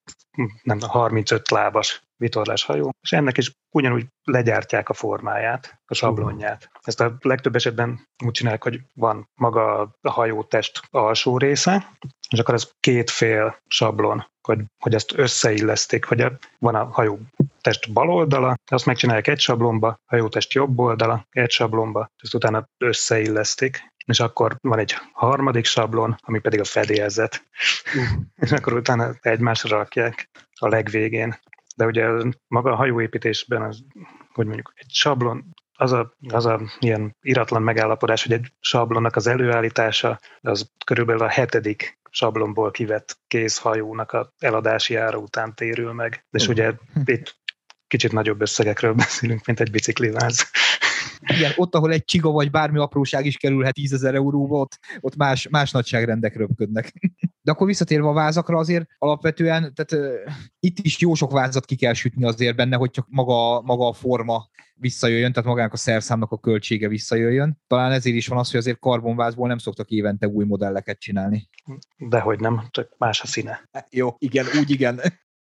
35 lábas vitorláshajó, és ennek is ugyanúgy legyártják a formáját, a sablonját. Ezt a legtöbb esetben úgy csinálják, hogy van maga a hajótest alsó része, és akkor az két fél sablon, hogy ezt összeilleszték, hogy van a hajó test bal oldala, azt megcsinálják egy sablonba, hajótest jobb oldala, egy sablonba, ezt utána összeillesztik, és akkor van egy harmadik sablon, ami pedig a fedélzet, és akkor utána egymásra rakják a legvégén. De ugye maga a hajóépítésben, hogy mondjuk egy sablon, az a ilyen iratlan megállapodás, hogy egy sablonnak az előállítása, az körülbelül a 7. sablonból kivett kész hajónak az eladási ára után térül meg. És ugye itt kicsit nagyobb összegekről beszélünk, mint egy bicikliváz. Igen, ott, ahol egy csiga vagy bármi apróság is kerülhet 10 000 euróba, ott más nagyságrendek röpködnek. De akkor visszatérve a vázakra azért alapvetően, tehát itt is jó sok vázat ki kell sütni azért benne, hogy csak maga a forma visszajöjjön, tehát magának a szerszámnak a költsége visszajöjjön. Talán ezért is van az, hogy azért karbonvázból nem szoktak évente új modelleket csinálni. Dehogy nem, csak más a színe. Jó, igen, úgy igen.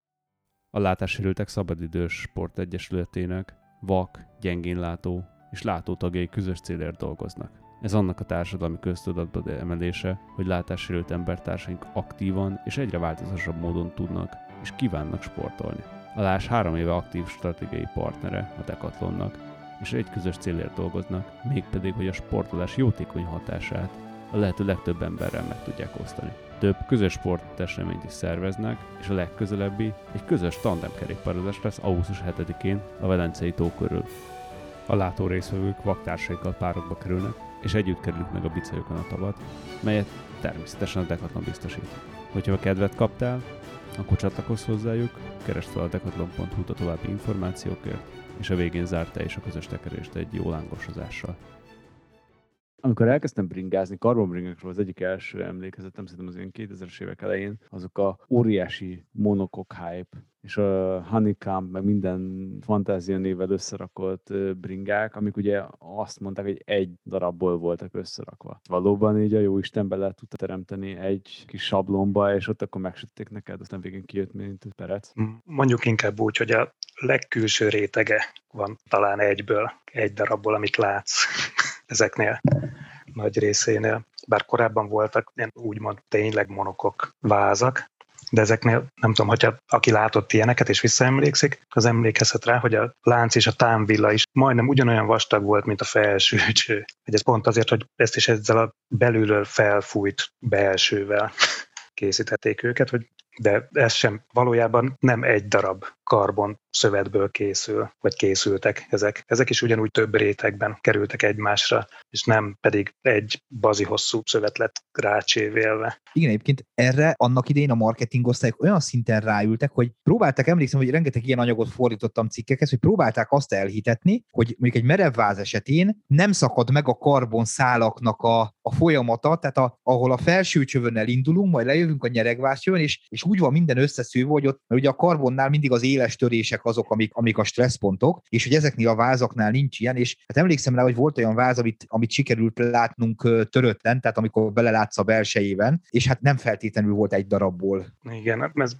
A látássérültek szabadidős sportegyesületének vak, gyengénlátó és látótagjai közös célért dolgoznak. Ez annak a társadalmi köztudatba emelése, hogy látássérült embertársaink aktívan és egyre változatosabb módon tudnak és kívánnak sportolni. A Lás 3 éve aktív stratégiai partnere a Decathlonnak, és egy közös célért dolgoznak, mégpedig, hogy a sportolás jótékony hatását a lehető legtöbb emberrel meg tudják osztani. Több közös sporteseményt is szerveznek, és a legközelebbi egy közös tandemkerékpározás lesz augusztus 7-én a Velencei tó körül. A látó résztvevők vaktársaikkal párokba kerülnek, és együtt kerülik meg a bicajokon a tavat, melyet természetesen a Decathlon biztosít. Hogyha a kedvet kaptál, akkor csatlakozz hozzájuk, keresd fel a decathlon.hu a további információkért, és a végén zárt te is a közös tekerést egy jó lángosozással. Amikor elkezdtem bringázni, karbonbringekről az egyik első emlékezetem, szerintem az ilyen 2000-es évek elején, azok a óriási monokok hype, és a honeycomb, meg minden fantázia névvel összerakott bringák, amik ugye azt mondták, hogy egy darabból voltak összerakva. Valóban így a jóisten bele tudta teremteni egy kis sablonba, és ott akkor megsütötték neked, aztán végén kijött, mint perec. Mondjuk inkább úgy, hogy a legkülső rétege van talán egy darabból, amit látsz ezeknél nagy részénél. Bár korábban voltak úgymond tényleg monokok vázak, de ezeknél nem tudom, hogyha aki látott ilyeneket és visszaemlékszik, az emlékezhet rá, hogy a lánc és a támvilla is majdnem ugyanolyan vastag volt, mint a felső cső. Ez pont azért, hogy ezt is ezzel a belülről felfújt belsővel készítették őket, de ez sem valójában nem egy darab karbon szövetből készül, vagy készültek ezek. Ezek is ugyanúgy több rétegben kerültek egymásra, és nem pedig egy bazi hosszú szövet lett rácsévélve. Igen, egyébként erre annak idején a marketingosztályok olyan szinten ráültek, hogy próbálták, emlékszem, hogy rengeteg ilyen anyagot fordítottam cikkekhez, hogy próbálták azt elhitetni, hogy mondjuk egy merev váz esetén nem szakad meg a karbonszálaknak a folyamata, tehát ahol a felső csövönnel indulunk, majd lejövünk a nyeregvászcsövön, és úgy van minden összeszűvő, hogy ott, mert ugye a karbonnál mindig az éles törések azok, amik a stresszpontok, és hogy ezeknél a vázaknál nincs ilyen, és hát emlékszem rá, hogy volt olyan váz, amit sikerült látnunk töröttlen, tehát amikor belelátsz a belsejében, és hát nem feltétlenül volt egy darabból. Igen, ez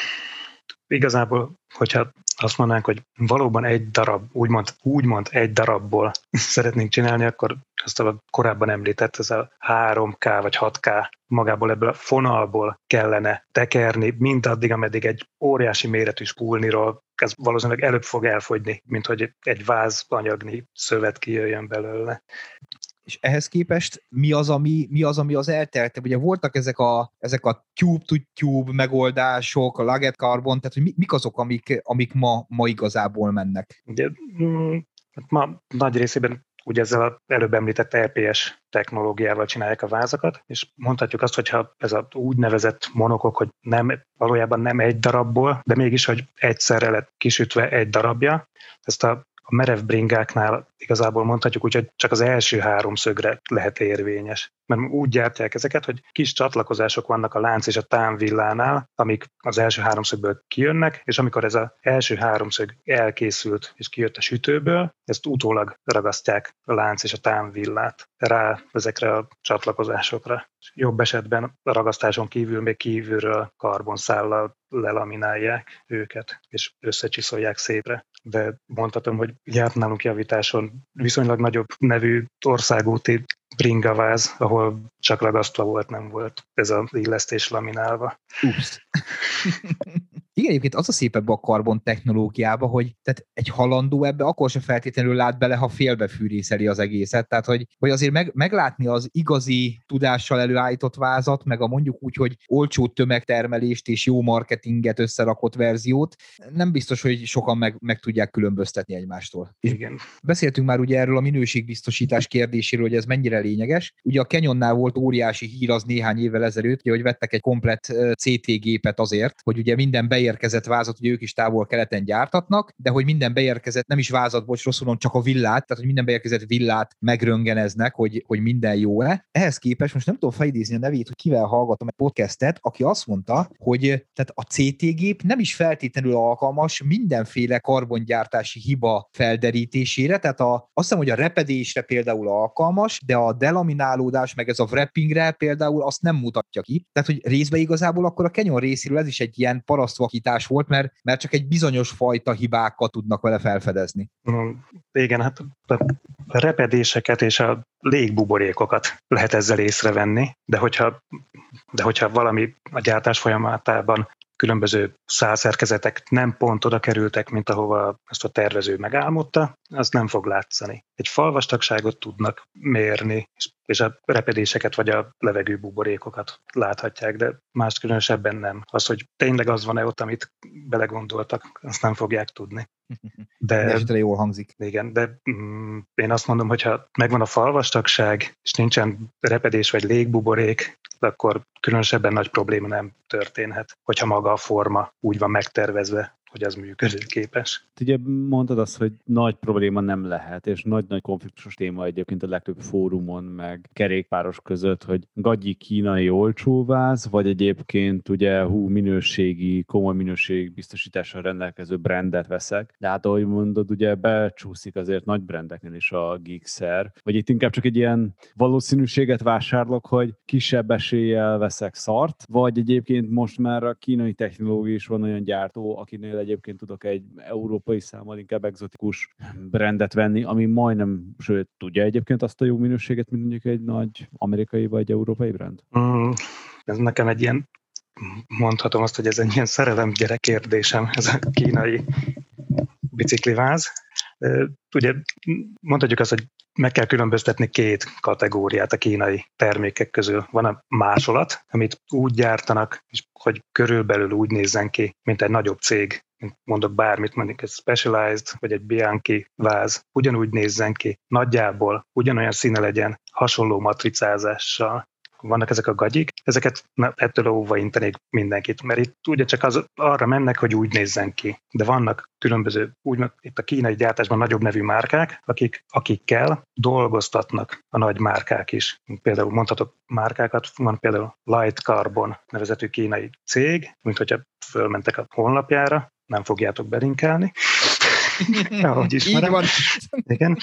igazából, hogyha azt mondanánk, hogy valóban egy darab, úgymond egy darabból szeretnénk csinálni, akkor azt a korábban említett, ez a 3K vagy 6K magából ebből a fonalból kellene tekerni, mindaddig, ameddig egy óriási méretű spulniról ez valószínűleg előbb fog elfogyni, mint hogy egy vázaanyagnyi szövet kijöjjön belőle. És ehhez képest mi az, ami az elteltebb? Ugye voltak ezek a tube-to-tube megoldások, a Laget Carbon, tehát hogy mik azok, amik ma igazából mennek? Ugye, ma nagy részében ugye ezzel az előbb említett EPS technológiával csinálják a vázakat, és mondhatjuk azt, hogyha ez a úgynevezett monokok, hogy valójában nem egy darabból, de mégis, hogy egyszerre lett kisütve egy darabja, ezt a merev bringáknál igazából mondhatjuk úgy, hogy csak az első háromszögre lehet érvényes. Mert úgy gyártják ezeket, hogy kis csatlakozások vannak a lánc és a támvillánál, amik az első háromszögből kijönnek, és amikor ez az első háromszög elkészült és kijött a sütőből, ezt utólag ragasztják a lánc és a támvillát rá ezekre a csatlakozásokra. Jobb esetben a ragasztáson kívül még kívülről karbonszállal lelaminálják őket, és összecsiszolják szépre. De mondhatom, hogy járt nálunk javításon viszonylag nagyobb nevű országúti bringaváz, ahol csak ragasztva volt, nem volt ez az illesztés laminálva. Ups. Igen, egyébként az a szép ebbe a karbon technológiába, hogy tehát egy halandó ebbe akkor se feltétlenül lát bele, ha félbefűrészeli az egészet. Tehát, hogy azért meglátni az igazi tudással előállított vázat, meg a mondjuk úgy, hogy olcsó tömegtermelést és jó marketinget összerakott verziót, nem biztos, hogy sokan meg tudják különböztetni egymástól. Igen. Beszéltünk már ugye erről a minőségbiztosítás kérdéséről, hogy ez mennyire lényeges. Ugye a Canyonnál volt óriási hír az néhány évvel ezelőtt, hogy vettek egy komplett CT gépet azért, hogy ugye minden beérkezett vázat, hogy ők is távol-keleten gyártatnak, de hogy minden beérkezett, nem is vázat, rosszul mondom, csak a villát, tehát hogy minden beérkezett villát megröngeneznek, hogy minden jó-e. Ehhez képest most nem tudom felidézni a nevét, hogy kivel hallgatom egy podcastet, aki azt mondta, hogy tehát a CT gép nem is feltétlenül alkalmas mindenféle karbongyártási hiba felderítésére, tehát azt hiszem, hogy a repedésre például alkalmas, de a delaminálódás, meg ez a wrappingre például azt nem mutatja ki. Tehát, hogy részben igazából akkor a Canyon részéről ez is egy ilyen parasztvakítás volt, mert csak egy bizonyos fajta hibákat tudnak vele felfedezni. Igen, hát a repedéseket és a légbuborékokat lehet ezzel észrevenni, de hogyha valami a gyártás folyamatában különböző szálszerkezetek nem pont oda kerültek, mint ahova ezt a tervező megálmodta, az nem fog látszani. Egy falvastagságot tudnak mérni, és a repedéseket vagy a levegőbuborékokat láthatják, de más különösebben nem. Az, hogy tényleg az van-e ott, amit belegondoltak, azt nem fogják tudni. De jól hangzik. Igen, de én azt mondom, hogyha megvan a falvastagság, és nincsen repedés vagy légbuborék, akkor különösebben nagy probléma nem történhet, hogyha maga a forma úgy van megtervezve, hogy az működőképes. Ugye mondtad azt, hogy nagy probléma nem lehet, és nagy-nagy konfliktusos téma egyébként a legtöbb fórumon, meg kerékpáros között, hogy gagyi kínai olcsóváz, vagy egyébként ugye minőségi, komoly minőségbiztosítással rendelkező brandet veszek. De hát ahogy mondod, ugye becsúszik azért nagy brandeknél is a gigszer, vagy itt inkább csak egy ilyen valószínűséget vásárlok, hogy kisebb eséllyel veszek szart, vagy egyébként most már a kínai technológia is van olyan gyártó, akinél egyébként tudok egy európai számmal inkább egzotikus brandet venni, ami majdnem, sőt, tudja egyébként azt a jó minőséget, mint mondjuk egy nagy amerikai vagy európai brand? Ez nekem egy ilyen, mondhatom azt, hogy ez egy ilyen szerelem-gyerek kérdésem, ez a kínai bicikliváz. Ugye mondhatjuk azt, hogy meg kell különböztetni két kategóriát a kínai termékek közül. Van a másolat, amit úgy gyártanak, hogy körülbelül úgy nézzen ki, mint egy nagyobb cég, mondok bármit, mondjuk egy Specialized, vagy egy Bianchi váz, ugyanúgy nézzen ki, nagyjából ugyanolyan színe legyen, hasonló matricázással. Vannak ezek a gagyik, ezeket ettől óva intenék mindenkit, mert itt ugye csak arra mennek, hogy úgy nézzen ki. De vannak különböző, itt a kínai gyártásban nagyobb nevű márkák, akikkel dolgoztatnak a nagy márkák is. Például mondhatok márkákat, van például Light Carbon nevezetű kínai cég, mint hogyha fölmentek a honlapjára, nem fogjátok belinkelni. Ahogy ismerem. Így van. Igen.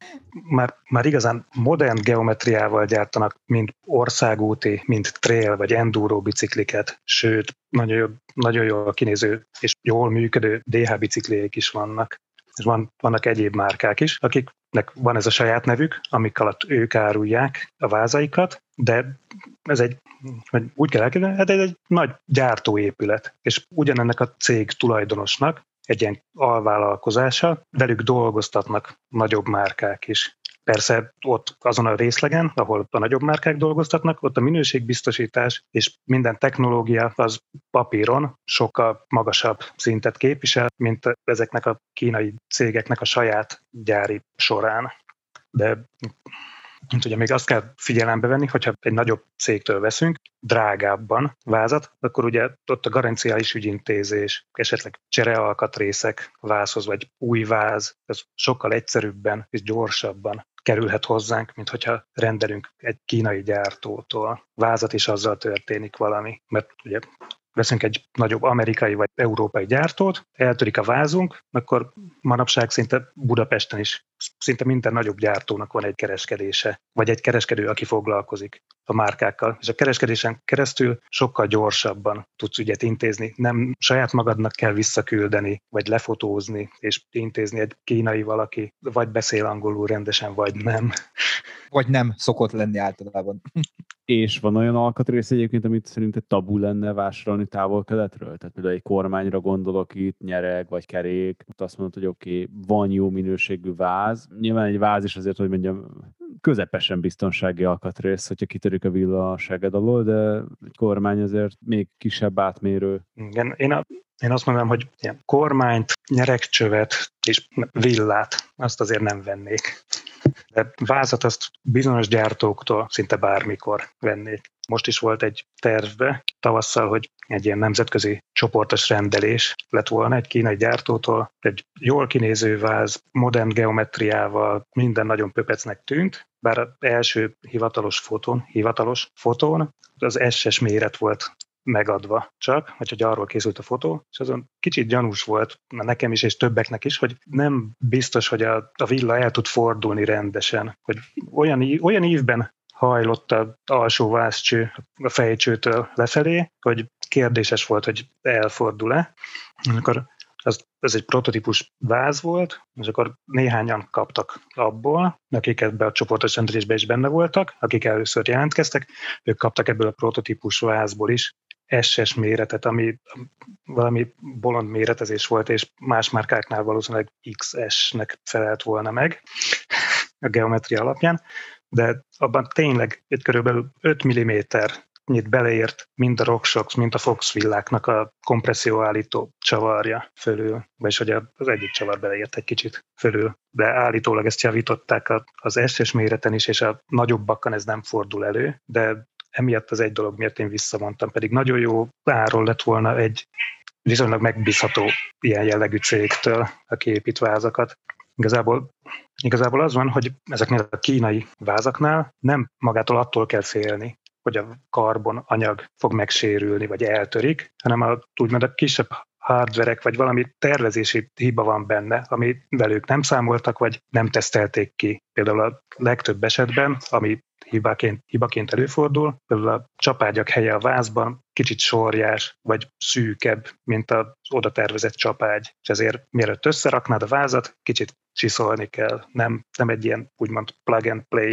Már igazán modern geometriával gyártanak, mind országúti, mind trail vagy enduro bicikliket, sőt, nagyon jól kinéző és jól működő DH bicikliek is vannak. És vannak egyéb márkák is, akiknek van ez a saját nevük, amik alatt ők árulják a vázaikat, de ez úgy kell elképzelni, ez egy nagy gyártóépület, és ugyanennek a cég tulajdonosnak egy ilyen alvállalkozása, velük dolgoztatnak nagyobb márkák is. Persze ott azon a részlegen, ahol a nagyobb márkák dolgoztatnak, ott a minőségbiztosítás és minden technológia az papíron sokkal magasabb szintet képvisel, mint ezeknek a kínai cégeknek a saját gyári során. de ugye még azt kell figyelembe venni, hogyha egy nagyobb cégtől veszünk drágábban vázat, akkor ugye ott a garanciális ügyintézés, esetleg cserealkatrészek vázhoz, vagy új váz, ez sokkal egyszerűbben és gyorsabban kerülhet hozzánk, mint hogyha rendelünk egy kínai gyártótól vázat, és azzal történik valami. Mert ugye veszünk egy nagyobb amerikai vagy európai gyártót, eltörik a vázunk, akkor manapság szinte Budapesten is szinte minden nagyobb gyártónak van egy kereskedése, vagy egy kereskedő, aki foglalkozik a márkákkal. És a kereskedésen keresztül sokkal gyorsabban tudsz ügyet intézni. Nem saját magadnak kell visszaküldeni, vagy lefotózni, és intézni egy kínai valaki, vagy beszél angolul rendesen, vagy nem. Vagy nem szokott lenni általában. És van olyan alkatrész egyébként, amit szerinted tabu lenne vásárolni távol-keletről? Tehát például egy kormányra gondolok itt, nyereg vagy kerék, ott azt mondod, hogy oké, van jó minőségű váz. Nyilván egy váz is azért, hogy mondjam, közepesen biztonsági alkatrész, hogyha kitörik a villa a seged alól, de egy kormány azért még kisebb átmérő. Igen, én azt mondom, hogy ilyen kormányt, nyeregcsövet és villát, azt azért nem vennék. De vázat azt bizonyos gyártóktól szinte bármikor vennék. Most is volt egy tervbe tavasszal, hogy egy ilyen nemzetközi csoportos rendelés lett volna egy kínai gyártótól. Egy jól kinéző váz, modern geometriával, minden nagyon pöpecnek tűnt, bár az első hivatalos fotón az SS méret volt megadva csak, vagy hogy arról készült a fotó, és azon kicsit gyanús volt nekem is, és többeknek is, hogy nem biztos, hogy a villa el tud fordulni rendesen, hogy olyan ívben hajlott az alsó vázcső a fejcsőtől lefelé, hogy kérdéses volt, hogy elfordul-e. Akkor ez egy prototípus váz volt, és akkor néhányan kaptak abból, akik ebben a csoportos rendelésben is benne voltak, akik először jelentkeztek, ők kaptak ebből a prototípus vázból is SS méretet, ami valami bolond méretezés volt, és más márkáknál valószínűleg XS-nek felelt volna meg a geometria alapján, de abban tényleg egy körülbelül 5 mm-nyit beleért mind a RockShox, mind a Fox villáknak a kompresszióállító csavarja fölül, vagyis hogy az egyik csavar beleért egy kicsit fölül, de állítólag ezt javították az SS méreten is, és a nagyobbakon ez nem fordul elő, de emiatt az egy dolog, miért én visszamondtam, pedig nagyon jó áron lett volna egy viszonylag megbízható ilyen jellegű cégtől, aki épít vázakat. Igazából az van, hogy ezeknél a kínai vázaknál nem magától attól kell félni, hogy a karbon anyag fog megsérülni, vagy eltörik, hanem úgymond a kisebb hardverek, vagy valami tervezési hiba van benne, ami velük nem számoltak, vagy nem tesztelték ki. Például a legtöbb esetben, ami hibaként előfordul, például a csapágyak helye a vázban kicsit sorjás, vagy szűkebb, mint az oda tervezett csapágy. És ezért mielőtt összeraknád a vázat, kicsit csiszolni kell. Nem egy ilyen úgymond plug and play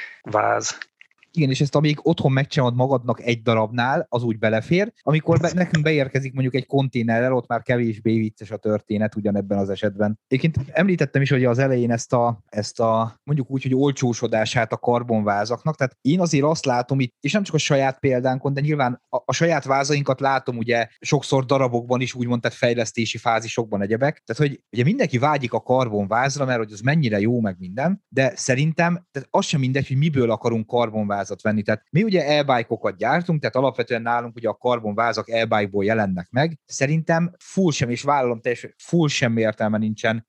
váz. Igen, és ezt amíg otthon megcsinálod magadnak egy darabnál, az úgy belefér. Amikor nekünk beérkezik mondjuk egy konténerrel, ott már kevésbé vicces a történet ugyanebben az esetben. Egyébként említettem is, hogy az elején ezt a mondjuk úgy, hogy olcsósodását a karbonvázaknak, tehát én azért azt látom itt, és nem csak a saját példánkon, de nyilván a saját vázainkat látom ugye sokszor darabokban is, úgymond, tehát fejlesztési fázisokban egyebek. Tehát, hogy ugye mindenki vágyik a karbonvázra, mert hogy az mennyire jó, meg minden, de szerintem tehát az sem mindegy, hogy miből akarunk karbonvázat venni. Tehát mi ugye e-bike-okat gyártunk, tehát alapvetően nálunk ugye a karbonvázak e-bike-ból jelennek meg. Szerintem és vállalom teljesen, semmi értelme nincsen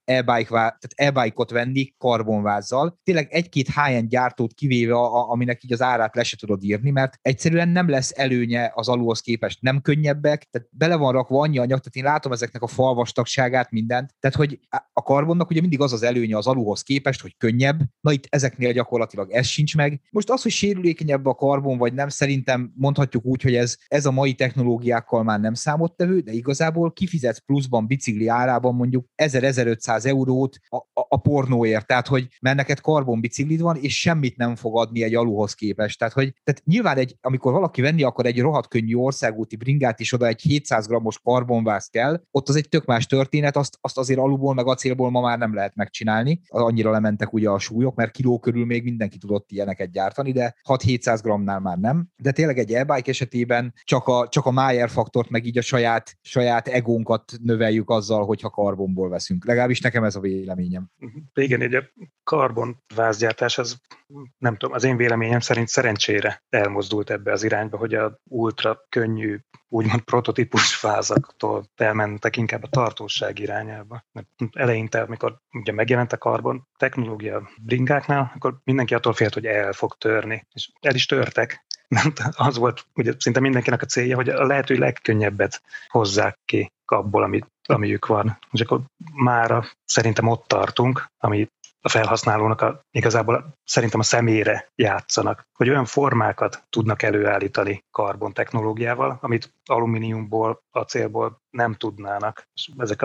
e-bike-ot venni karbonvázzal. Tényleg egy-két high-end gyártót kivéve, aminek így az árát le se tudod írni, mert egyszerűen nem lesz előnye az aluhoz képest. Nem könnyebbek, tehát bele van rakva annyi anyag, tehát én látom ezeknek a falvastagságát, mindent. Tehát, hogy a karbonnak ugye mindig az előnye az aluhoz képest, hogy könnyebb. Na itt ezeknél gyakorlatilag ez sincs meg. Most az, hogy sérülékenyebb a karbon, vagy nem, szerintem mondhatjuk úgy, hogy ez a mai technológiákkal már nem számottevő, de igazából kifizetsz pluszban bicikli árában mondjuk 1000-1500 eurót a pornóért, tehát hogy mert neked karbon biciklid van, és semmit nem fog adni egy aluhoz képest. Tehát nyilván amikor valaki venni akar egy rohadt könnyű országúti bringát, és oda egy 700 g-os karbonváz kell, ott az egy tök más történet, azt azért aluból meg acélból ma már nem lehet megcsinálni. Annyira lementek ugye a súlyok, mert kiló körül még mindenki tudott ilyeneket gyártani, de 600-700 grammnál már nem, de tényleg egy e-bike esetében csak a Mayer faktort, meg így a saját egónkat növeljük azzal, hogyha karbonból veszünk. Legalábbis nekem ez a véleményem. Igen, így a karbonvázgyártás, az nem tudom, az én véleményem szerint szerencsére elmozdult ebbe az irányba, hogy a ultra könnyű, úgymond prototípus vázaktól elmentek inkább a tartóság irányába. Mert eleinte, amikor ugye megjelent a karbon technológia bringáknál, akkor mindenki attól félt, hogy el fog törni. És el is törtek. Az volt ugye szinte mindenkinek a célja, hogy a lehető legkönnyebbet hozzák ki abból, amiük van. És akkor mára szerintem ott tartunk, ami a felhasználónak igazából szerintem a szemére játszanak, hogy olyan formákat tudnak előállítani karbon technológiával, amit alumíniumból, acélból nem tudnának. És ezek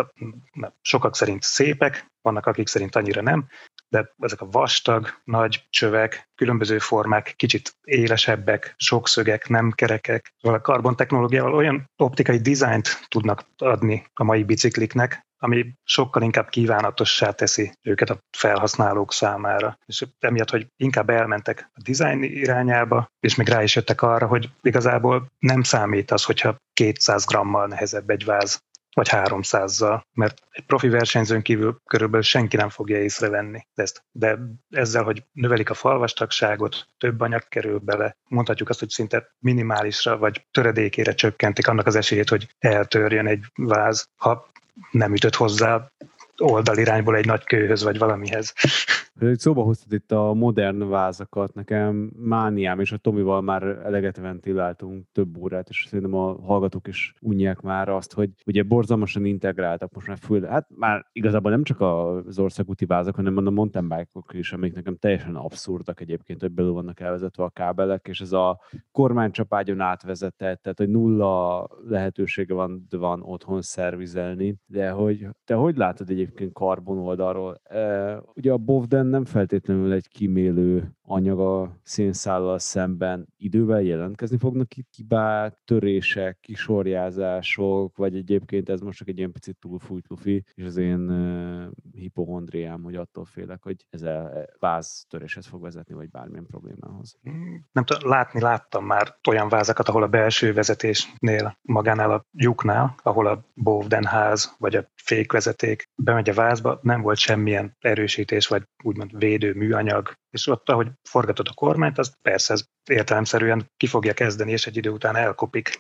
sokak szerint szépek, vannak akik szerint annyira nem, de ezek a vastag, nagy csövek, különböző formák, kicsit élesebbek, sokszögek, nem kerekek. A karbon technológiával olyan optikai dizájnt tudnak adni a mai bicikliknek, ami sokkal inkább kívánatossá teszi őket a felhasználók számára. És emiatt, hogy inkább elmentek a design irányába, és még rá is jöttek arra, hogy igazából nem számít az, hogyha 200 grammal nehezebb egy váz, vagy 300-zal, mert egy profi versenyzőn kívül körülbelül senki nem fogja észrevenni ezt. De ezzel, hogy növelik a falvastagságot, több anyag kerül bele, mondhatjuk azt, hogy szinte minimálisra, vagy töredékére csökkentik annak az esélyét, hogy eltörjön egy váz, ha nem ütött hozzá oldalirányból egy nagy kőhöz, vagy valamihez. Szóba hoztad itt a modern vázakat, nekem mániám, és a Tomival már eleget ventiláltunk több órát, és szerintem a hallgatók is unják már azt, hogy ugye borzalmasan integráltak most már hát már igazából nem csak az országúti vázak, hanem a mountain bike-ok is, amik nekem teljesen abszurdak egyébként, hogy belül vannak elvezetve a kábelek, és ez a kormánycsapágyon átvezetett, tehát hogy nulla lehetősége van otthon szervizelni, de hogy te hogy látod egyébként karbon oldalról? Ugye a Bovden nem feltétlenül egy kímélő anyag a szénszállal szemben. Idővel jelentkezni fognak itt hibák, törések, kisorjázások, vagy egyébként ez most csak egy ilyen picit túlfújt lufi, és az én hipohondriám, hogy attól félek, hogy ez a váztöréshez fog vezetni, vagy bármilyen problémához. Nem tudom, láttam már olyan vázakat, ahol a belső vezetésnél, magánál a lyuknál, ahol a Bovden ház, vagy a fékvezeték bemegy a vázba, nem volt semmilyen erősítés, vagy úgymond védő műanyag, és ott, ahogy forgatod a kormányt, az persze ez értelemszerűen ki fogja kezdeni, és egy idő után elkopik,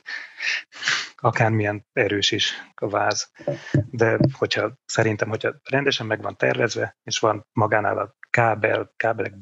akármilyen erős is a váz. De szerintem, hogyha rendesen meg van tervezve, és van magánál a kábelek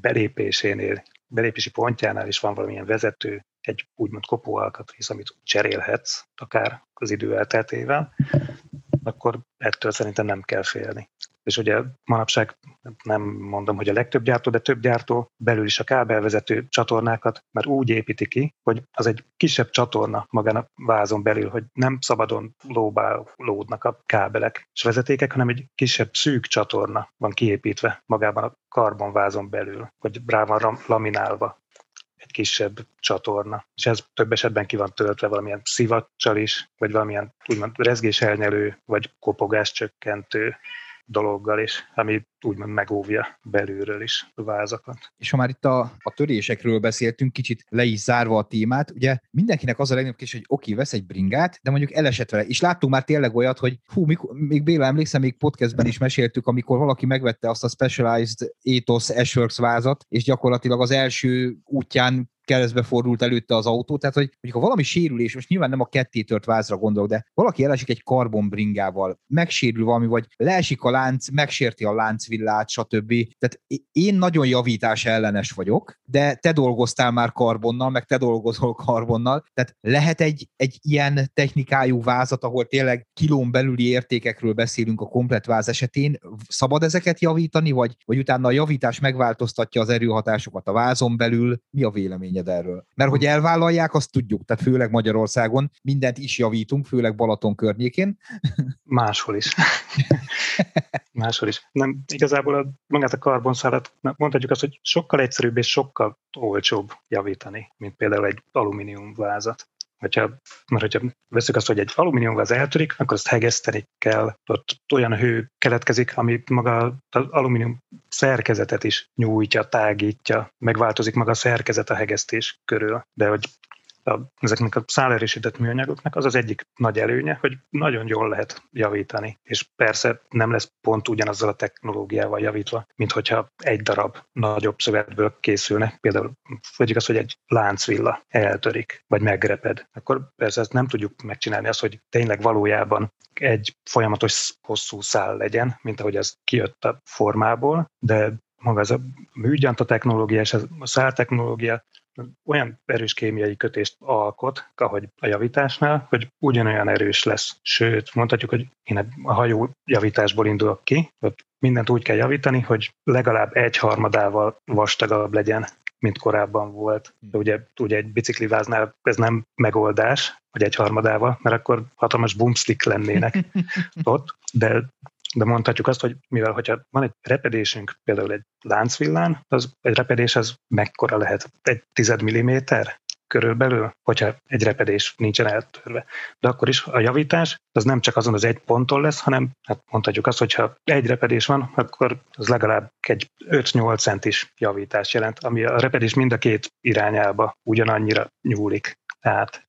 belépési pontjánál is van valamilyen vezető, egy úgymond kopóalkatrész, amit cserélhetsz, akár az idő elteltével, akkor ettől szerintem nem kell félni. És ugye manapság nem mondom, hogy a legtöbb gyártó, de több gyártó belül is a kábelvezető csatornákat már úgy építi ki, hogy az egy kisebb csatorna magán a vázon belül, hogy nem szabadon lódnak a kábelek és vezetékek, hanem egy kisebb szűk csatorna van kiépítve magában a karbonvázon belül, hogy rá van laminálva egy kisebb csatorna. És ez több esetben ki van töltve valamilyen szivacsal is, vagy valamilyen úgymond rezgéselnyelő, vagy kopogáscsökkentő dologgal is, ami úgymond megóvja belülről is a vázakat. És ha már itt a törésekről beszéltünk, kicsit le is zárva a témát, ugye mindenkinek az a legnagyobb kérdés, hogy oké, vesz egy bringát, de mondjuk elesett vele. És láttunk már tényleg olyat, hogy még Béla, emlékszem, még podcastben is meséltük, amikor valaki megvette azt a Specialized Ethos Ashworks vázat, és gyakorlatilag az első útján keresztbe fordult előtte az autó, tehát hogy mondjuk ha valami sérülés, most nyilván nem a kettétört vázra gondolok, de valaki elesik egy karbonbringával, megsérül valami, vagy leesik a lánc, megsérti a láncvillát, stb. Tehát én nagyon javítás ellenes vagyok, de te dolgoztál már karbonnal, meg te dolgozol karbonnal, tehát lehet egy ilyen technikájú vázat, ahol tényleg kilón belüli értékekről beszélünk a komplett váz esetén, szabad ezeket javítani, vagy utána a javítás megváltoztatja az erőhatásokat a vázon belül? Mi a vélemény erről? Mert hogy elvállalják, azt tudjuk, tehát főleg Magyarországon mindent is javítunk, főleg Balaton környékén. Máshol is. Máshol is. Nem, igazából magát a karbonszálat mondhatjuk azt, hogy sokkal egyszerűbb és sokkal olcsóbb javítani, mint például egy alumínium vázat. Mert hogyha veszük azt, hogy egy alumíniumgáz eltörik, akkor azt hegeszteni kell, ott olyan hő keletkezik, ami maga az alumínium szerkezetet is nyújtja, tágítja, megváltozik maga a szerkezet a hegesztés körül. De hogy ezeknek a szálerősített műanyagoknak az az egyik nagy előnye, hogy nagyon jól lehet javítani. És persze nem lesz pont ugyanazzal a technológiával javítva, mint hogyha egy darab nagyobb szövetből készülne. Például vegyük azt, hogy egy láncvilla eltörik, vagy megreped. Akkor persze ezt nem tudjuk megcsinálni, azt, hogy tényleg valójában egy folyamatos hosszú szál legyen, mint ahogy ez kijött a formából, de maga ez a műgyanta technológia és a száltechnológia olyan erős kémiai kötést alkot, ahogy a javításnál, hogy ugyanolyan erős lesz. Sőt, mondhatjuk, hogy én a hajó javításból indulok ki, hogy mindent úgy kell javítani, hogy legalább 1/3 vastagabb legyen, mint korábban volt. De ugye egy bicikliváznál ez nem megoldás, hogy 1/3, mert akkor hatalmas bumstick lennének ott, de mondhatjuk azt, hogy mivel hogyha van egy repedésünk, például egy láncvillán, az egy repedés az mekkora lehet? 1/10 milliméter körülbelül, hogyha egy repedés nincsen eltörve. De akkor is a javítás az nem csak azon az egy ponton lesz, hanem hát mondhatjuk azt, hogyha egy repedés van, akkor az legalább egy 5-8 centis javítás jelent, ami a repedés mind a két irányába ugyanannyira nyúlik. Tehát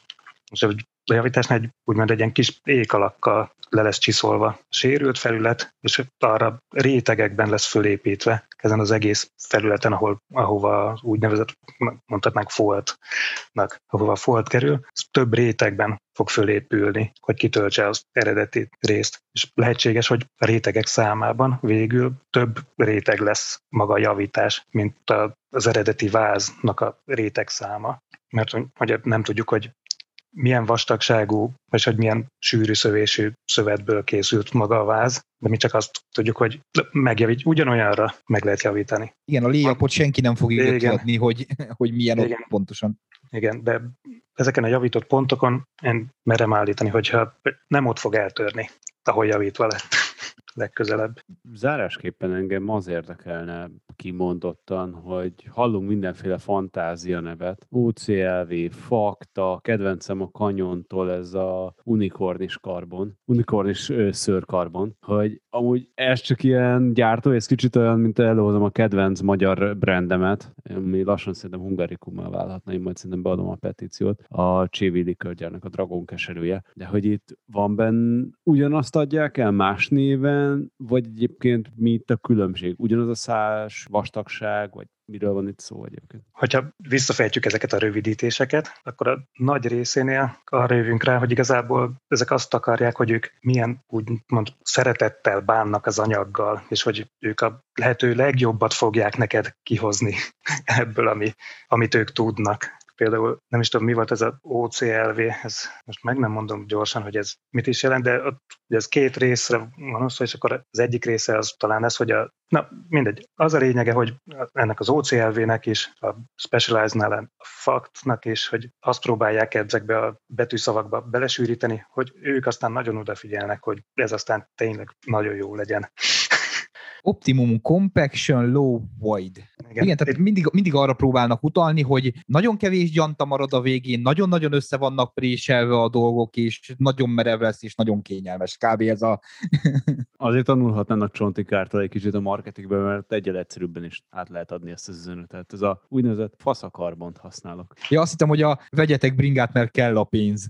a javításnál úgymond egy ilyen kis ékalakkal le lesz csiszolva a sérült felület, és arra rétegekben lesz fölépítve ezen az egész felületen, ahova úgynevezett, mondhatnánk foltnak, ahova a folt kerül, ez több rétegben fog fölépülni, hogy kitöltse az eredeti részt. És lehetséges, hogy a rétegek számában végül több réteg lesz maga a javítás, mint az eredeti váznak a réteg száma. Mert hogy nem tudjuk, hogy milyen vastagságú, vagy hogy milyen sűrű szövésű szövetből készült maga a váz, de mi csak azt tudjuk, hogy ugyanolyanra meg lehet javítani. Igen, a léjapot senki nem fogja kiadni, hogy milyen ott pontosan. Igen, de ezeken a javított pontokon én merem állítani, hogyha nem ott fog eltörni, ahol javítva lett legközelebb. Zárásképpen engem az érdekelne kimondottan, hogy hallunk mindenféle fantázia nevet. OCLV, Fakta, kedvencem a Canyontól ez a unikornis szőrkarbon, hogy amúgy ez csak ilyen gyártó, ez kicsit olyan, mint előhozom a kedvenc magyar brandemet, ami lassan szerintem Hungarikummal válhatna, én majd szerintem beadom a petíciót, a Csévi likörgyárnak a Dragon keserűje, de hogy itt van benne, ugyanazt adják el más néven, vagy egyébként mi itt a különbség? Ugyanaz a szás, vastagság, vagy miről van itt szó egyébként? Hogyha visszafejtjük ezeket a rövidítéseket, akkor a nagy részénél arra jövünk rá, hogy igazából ezek azt akarják, hogy ők milyen úgymond szeretettel bánnak az anyaggal, és hogy ők a lehető legjobbat fogják neked kihozni ebből, amit ők tudnak. Például nem is tudom, mi volt ez az OCLV, ez most meg nem mondom gyorsan, hogy ez mit is jelent, de ott, ez 2 részre van osztva, és akkor az egyik része az talán ez, hogy mindegy. Az a lényege, hogy ennek az OCLV-nek is, a Specialized-nál a Fact-nak is, hogy azt próbálják ezekbe a betűszavakba belesűríteni, hogy ők aztán nagyon odafigyelnek, hogy ez aztán tényleg nagyon jó legyen. Optimum Compaction Low Void. Igen, tehát mindig arra próbálnak utalni, hogy nagyon kevés gyanta marad a végén, nagyon-nagyon össze vannak préselve a dolgok, és nagyon merev lesz, és nagyon kényelmes. Kb. Ez a... Azért tanulhatnának Csontikártól egy kicsit a marketingben, mert egyel egyszerűbben is át lehet adni ezt az üzenetet. Ez a úgynevezett faszakarbont használok. Ja, azt hittem, hogy vegyetek bringát, mert kell a pénz.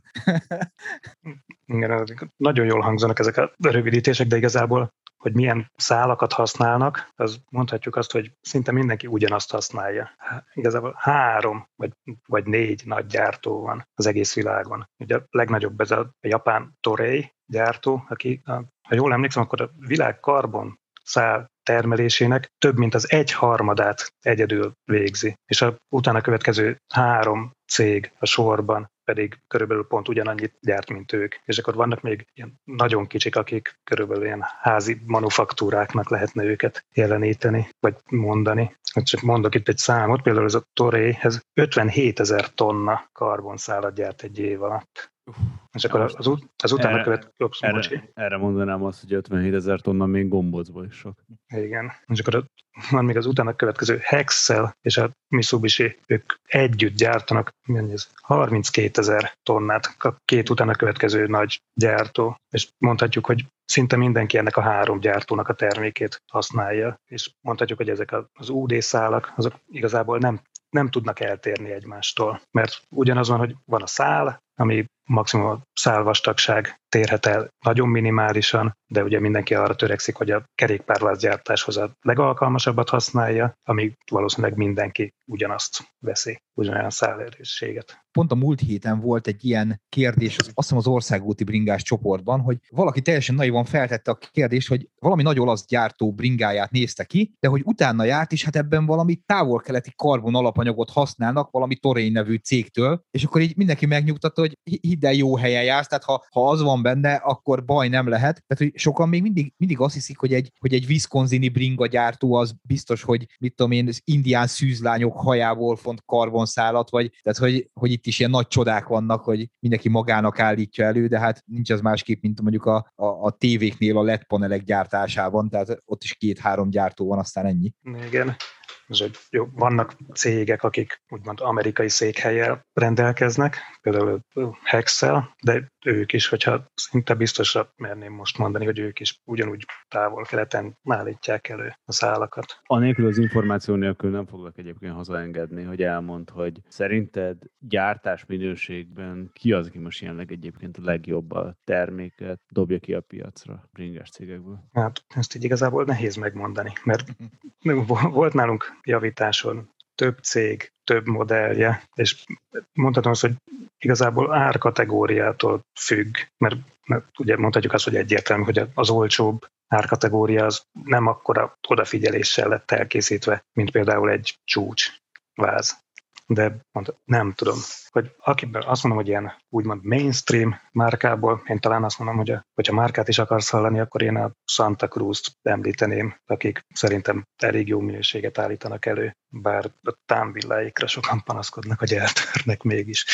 Igen, nagyon jól hangzanak ezek a rövidítések, de igazából hogy milyen szálakat használnak, az mondhatjuk azt, hogy szinte mindenki ugyanazt használja. Igazából 3 vagy 4 nagy gyártó van az egész világon. Ugye a legnagyobb ez a japán Toray gyártó, aki, ha jól emlékszem, akkor a világ karbon szál termelésének több mint az 1/3 egyedül végzi. És a utána következő 3 cég a sorban pedig körülbelül pont ugyanannyit gyárt, mint ők. És akkor vannak még ilyen nagyon kicsik, akik körülbelül ilyen házi manufaktúráknak lehetne őket jeleníteni, vagy mondani. Csak mondok itt egy számot, például ez a Toray, ez 57 000 tonna karbonszálat gyárt egy év alatt. És akkor az utána következő... Erre mondanám azt, hogy 57 000 tonna még gombócból is sok. Igen. És akkor van még az utána következő Hexcel és a Mitsubishi, ők együtt gyártanak 32 000 tonnát, a két utána következő nagy gyártó. És mondhatjuk, hogy szinte mindenki ennek a három gyártónak a termékét használja, és mondhatjuk, hogy ezek az UD szálak, azok igazából nem tudnak eltérni egymástól, mert ugyanaz van, hogy van a szál, ami maximum a szálvastagság térhet el nagyon minimálisan, de ugye mindenki arra törekszik, hogy a kerékpárlázgyártáshoz a legalkalmasabbat használja, amíg valószínűleg mindenki ugyanazt veszi, ugyanolyan szálerősséget. Pont a múlt héten volt egy ilyen kérdés, azt hiszem az országúti bringás csoportban, hogy valaki teljesen naivan feltette a kérdést, hogy valami nagy olasz gyártó bringáját nézte ki, de hogy utána járt, és hát ebben valami távol-keleti karbon alapanyagot használnak valami Torény nevű cégtől, és akkor így mindenki megnyugtatta, hogy hidd el, jó helyen jársz, tehát ha az van benne, akkor baj nem lehet. Tehát, hogy sokan még mindig azt hiszik, hogy egy wisconsini bringa gyártó az biztos, hogy mit tudom én, az indián szűzlányok hajából font karbonszálat, vagy tehát, hogy itt is ilyen nagy csodák vannak, hogy mindenki magának állítja elő, de hát nincs az másképp, mint mondjuk a tévéknél a LED panelek gyártásában, tehát ott is 2-3 gyártó van, aztán ennyi. Igen. Jó, vannak cégek, akik úgymond amerikai székhellyel rendelkeznek, például Hexcel, de ők is, hogyha szinte biztosra merném most mondani, hogy ők is ugyanúgy távol-keleten állítják elő a szálakat. Anélkül az információ nélkül nem foglak egyébként hazaengedni, hogy elmondd, hogy szerinted gyártás minőségben ki az, aki most jelenleg egyébként a legjobb a terméket dobja ki a piacra bringás cégekből? Hát ezt így igazából nehéz megmondani, mert volt nálunk javításon több cég, több modellje, és mondhatom azt, hogy igazából árkategóriától függ, mert ugye mondhatjuk azt, hogy egyértelmű, hogy az olcsóbb árkategória az nem akkora odafigyeléssel lett elkészítve, mint például egy csúcsváz. De nem tudom, hogy akiben azt mondom, hogy ilyen úgymond mainstream márkából, én talán azt mondom, hogy hogyha márkát is akarsz hallani, akkor én a Santa Cruz-t említeném, akik szerintem elég jó minőséget állítanak elő, bár a támvilláikra sokan panaszkodnak, hogy eltörnek mégis.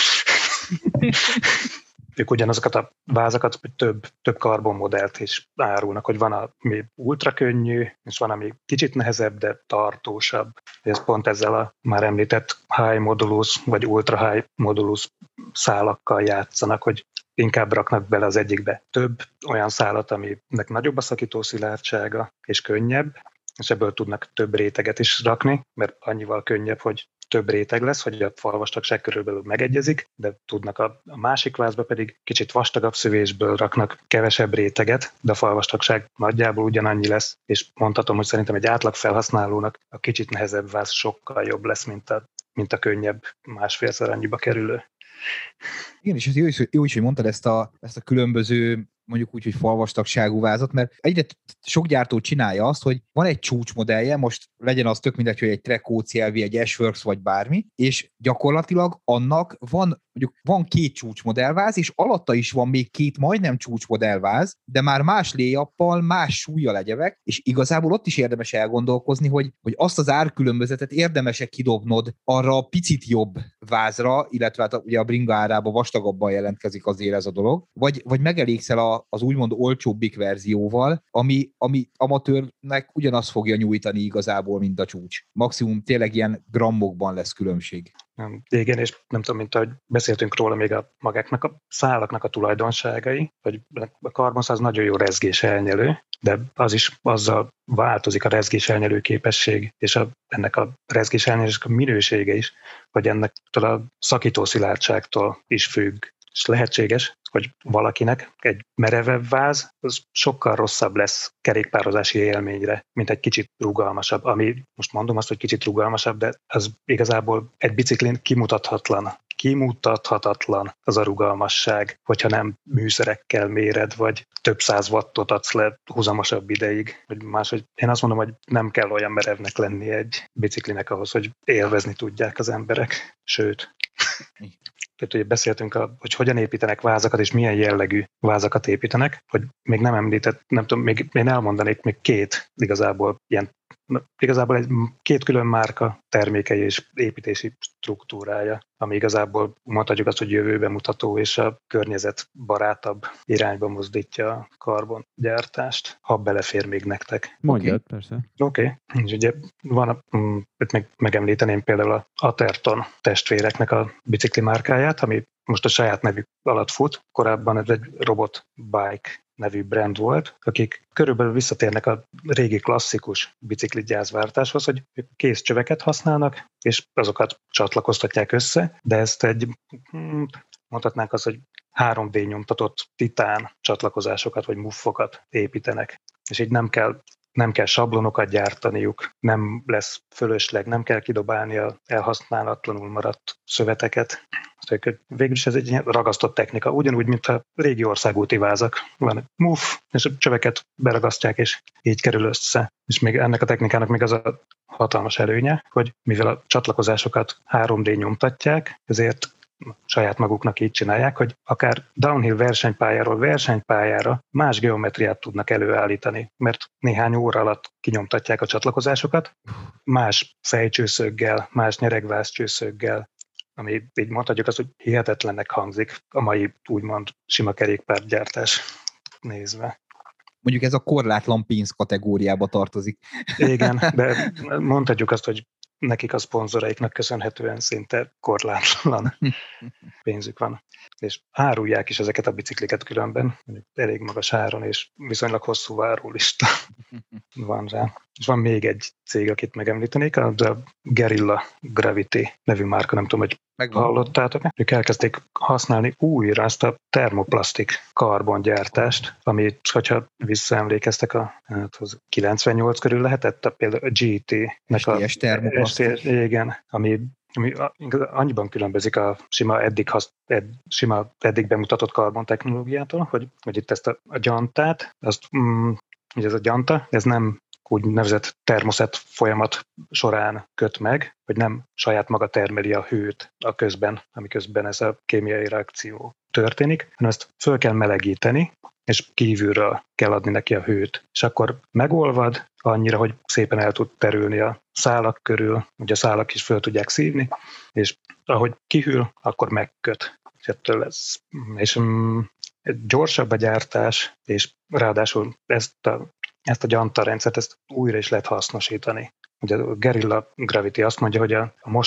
Ők ugyanazokat a vázakat, hogy több karbonmodellt is árulnak, hogy van ami ultra könnyű, és van, ami kicsit nehezebb, de tartósabb. Ez pont ezzel a már említett high modulus, vagy ultra high modulus szálakkal játszanak, hogy inkább raknak bele az egyikbe több olyan szálat, aminek nagyobb a szakító szilárdsága, és könnyebb, és ebből tudnak több réteget is rakni, mert annyival könnyebb, hogy több réteg lesz, hogy a falvastagság körülbelül megegyezik, de tudnak a másik vázba pedig kicsit vastagabb szövésből raknak kevesebb réteget, de a falvastagság nagyjából ugyanannyi lesz, és mondhatom, hogy szerintem egy átlag felhasználónak a kicsit nehezebb váz sokkal jobb lesz, mint a könnyebb, másfélszer annyiba kerülő. Igen, és ez jó is, hogy mondtad ezt a különböző, mondjuk úgy, hogy falvastagságú vázat, mert egyre sok gyártó csinálja azt, hogy van egy csúcsmodellje, most legyen az tök mindegy, hogy egy Treco CLV, egy Ashworks vagy bármi, és gyakorlatilag annak van 2 csúcsmodellváz, és alatta is van még 2 majdnem csúcsmodellváz, de már más léjappal, más súllyal egyebek, és igazából ott is érdemes elgondolkozni, hogy azt az árkülönbözetet érdemes-e kidobnod arra a picit jobb vázra, illetve hát ugye a bringa árában vastagabban jelentkezik azért ez a dolog, vagy megelégszel az úgymond olcsóbbik verzióval, ami amatőrnek ugyanazt fogja nyújtani igazából, mint a csúcs. Maximum tényleg ilyen grammokban lesz különbség. Igen, és nem tudom, mint ahogy beszéltünk róla még a magáknak a szálaknak a tulajdonságai, hogy a karbonszáz nagyon jó rezgés elnyelő, de az is azzal változik a rezgés elnyelő képesség, és ennek a rezgés elnyelésnek a minősége is, hogy ennek a szakító szilárdságtól is függ. És lehetséges, hogy valakinek egy merevebb váz, az sokkal rosszabb lesz kerékpározási élményre, mint egy kicsit rugalmasabb. Ami, most mondom azt, hogy kicsit rugalmasabb, de az igazából egy biciklin kimutathatatlan az a rugalmasság, hogyha nem műszerekkel méred, vagy több száz wattot adsz le húzamosabb ideig. Vagy máshogy én azt mondom, hogy nem kell olyan merevnek lenni egy biciklinek ahhoz, hogy élvezni tudják az emberek. Sőt, tehát ugye beszéltünk, hogy hogyan építenek vázakat, és milyen jellegű vázakat építenek, hogy még nem említett, nem tudom, még én elmondanék még 2 igazából ilyen igazából két külön márka termékei és építési struktúrája, ami igazából mondhatjuk azt, hogy jövőbe mutató és a környezetbarátabb irányba mozdítja a karbongyártást, ha belefér még nektek. Mondjad, persze. Oké. És ugye van, itt megemlíteném például a Atherton testvéreknek a bicikli márkáját, ami most a saját nevük alatt fut. Korábban ez egy Robot Bike nevű brand volt, akik körülbelül visszatérnek a régi klasszikus bicikli gyászváltáshoz, hogy kész csöveket használnak, és azokat csatlakoztatják össze, de ezt mondhatnánk azt, hogy 3D nyomtatott titán csatlakozásokat vagy muffokat építenek. És így nem kell sablonokat gyártaniuk, nem lesz fölösleg, nem kell kidobálni a elhasználatlanul maradt szöveteket. Végülis ez egy ragasztott technika, ugyanúgy, mint a régi országúti vázak. Van egy muff, és a csöveket beragasztják, és így kerül össze. És még ennek a technikának még az a hatalmas előnye, hogy mivel a csatlakozásokat 3D nyomtatják, ezért saját maguknak így csinálják, hogy akár downhill versenypályáról versenypályára más geometriát tudnak előállítani, mert néhány óra alatt kinyomtatják a csatlakozásokat, más fejcsőszöggel, más nyeregvázcsőszöggel, ami így mondhatjuk azt, hogy hihetetlennek hangzik a mai úgymond sima kerékpárgyártás nézve. Mondjuk ez a korlátlan pénz kategóriába tartozik. Igen, de mondhatjuk azt, hogy nekik a szponzoraiknak köszönhetően szinte korlátlan pénzük van. És árulják is ezeket a bicikliket különben, elég magas áron, és viszonylag hosszú árulista van rá. És van még egy cég, akit megemlítenék, a Guerrilla Gravity nevű márka, nem tudom, hogy hallottátok. Ők elkezdték használni újra ezt a termoplasztik karbongyártást, amit, hogyha visszaemlékeztek, 98 körül lehetett, például a GT-nek a termoplasztik. Igen, ami annyiban különbözik a sima eddig bemutatott karbontechnológiától, hogy itt ezt a gyantát, ugye ez a gyanta, ez nem úgynevezett termoszet folyamat során köt meg, hogy nem saját maga termeli a hőt amiközben ez a kémiai reakció történik, hanem ezt föl kell melegíteni, és kívülről kell adni neki a hőt. És akkor megolvad annyira, hogy szépen el tud terülni a szálak körül, ugye a szálak is föl tudják szívni, és ahogy kihűl, akkor megköt. És gyorsabb a gyártás, és ráadásul ezt a gyantarendszert ezt újra is lehet hasznosítani. Ugye a Guerrilla Gravity azt mondja, hogy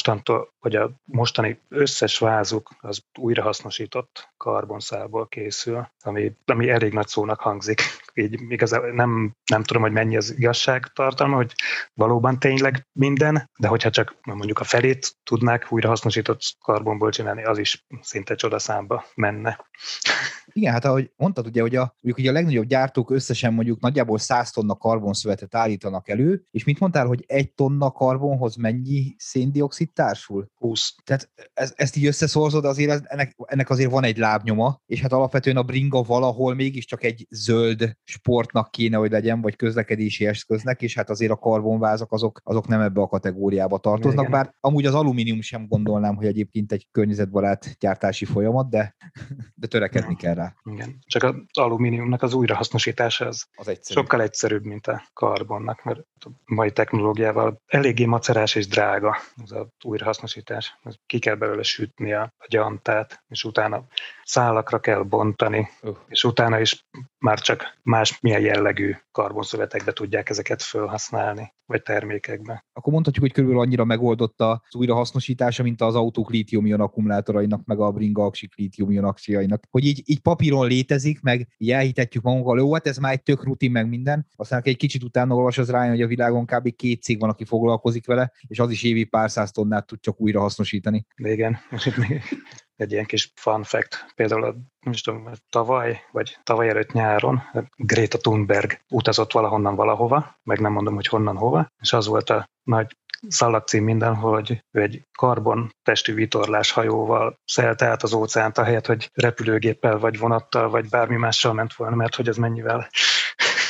a mostani összes vázuk az újrahasznosított karbonszálból készül, ami elég nagy szónak hangzik. Így igazából nem tudom, hogy mennyi az igazságtartalma, hogy valóban tényleg minden, de hogyha csak mondjuk a felét tudnák újrahasznosított karbonból csinálni, az is szinte csodaszámba menne. Igen, hát ahogy mondtad, ugye, hogy a legnagyobb gyártók összesen mondjuk nagyjából 100 tonna karbonszövetet állítanak elő, és mit mondtál, hogy 1 tonna karbonhoz mennyi széndioxid társul? 20. Tehát ezt így összeszorzod, azért ennek azért van egy lábnyoma, és hát alapvetően a bringa valahol mégiscsak egy zöld sportnak kéne, hogy legyen, vagy közlekedési eszköznek, és hát azért a karbonvázak azok nem ebbe a kategóriába tartoznak, bár amúgy az alumínium sem gondolnám, hogy egyébként egy környezetbarát gyártási folyamat, de törekedni kell rá. Igen. Csak az alumíniumnak az újrahasznosítása az sokkal egyszerűbb, mint a karbonnak, mert a mai technológiával eléggé macerás és drága az a újrahasznosítás. Ki kell belőle sütni a gyantát, és utána szálakra kell bontani, és utána is már csak milyen jellegű karbonszövetekbe tudják ezeket felhasználni, vagy termékekbe. Akkor mondhatjuk, hogy körülbelül annyira megoldott az újrahasznosítása, mint az autók lítium-ion akkumulátorainak, meg a bringa aksik lítium-ion aksiainak. Hogy így papíron létezik, meg így elhitetjük magunkkal, jó, hát ez már egy tök rutin, meg minden. Aztán egy kicsit utána olvasod rá, hogy a világon kb. 2 cég van, aki foglalkozik vele, és az is évi pár száz tonnát tud csak újrahasznosítani. Igen, és itt még egy ilyen kis fun fact, például tavaly előtt nyáron Greta Thunberg utazott valahonnan valahova, meg nem mondom, hogy honnan hova, és az volt a nagy szallagcím mindenhol, hogy ő egy karbon testű vitorlás hajóval szelt át az óceánt, ahelyett, hogy repülőgéppel, vagy vonattal, vagy bármi mással ment volna, mert hogy ez mennyivel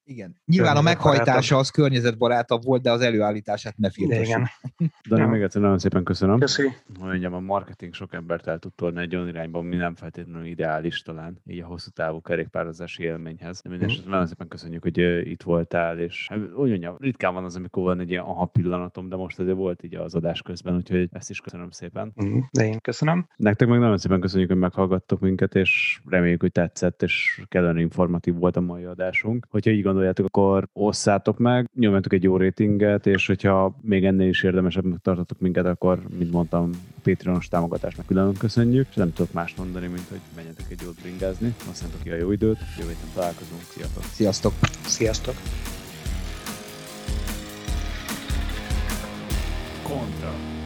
Igen. Nyilván a meghajtása az környezetbarátabb volt, de az előállítását ne firtassuk. Igen. Dani, még egyszer nagyon szépen köszönöm. Köszi. Mondjam, a marketing sok embert el tud tolni egy olyan irányban, mi nem feltétlenül ideális talán, így a hosszú távú kerékpározási élményhez. De mindenesetre nagyon szépen köszönjük, hogy itt voltál, és úgy mondjam, ritkán van az, amikor van egy ilyen aha pillanatom, de most azért volt így az adás közben, úgyhogy ezt is köszönöm szépen. De én köszönöm. Nektek meg nagyon szépen köszönjük, hogy meghallgattok minket, és reméljük, hogy tetszett, és kellően informatív volt a mai adásunk. Hogyha így gondoljátok, akkor osszátok meg, nyomjatok egy jó ratinget, és hogyha még ennél is érdemesebbnek tartotok minket, akkor, mint mondtam, a Patreon-os támogatásnak külön köszönjük, és nem tudok más mondani, mint hogy menjetek egy jót bringázni, használtok ki a jó időt, jövő héten találkozunk, sziasztok! Sziasztok! Sziasztok! Kontra!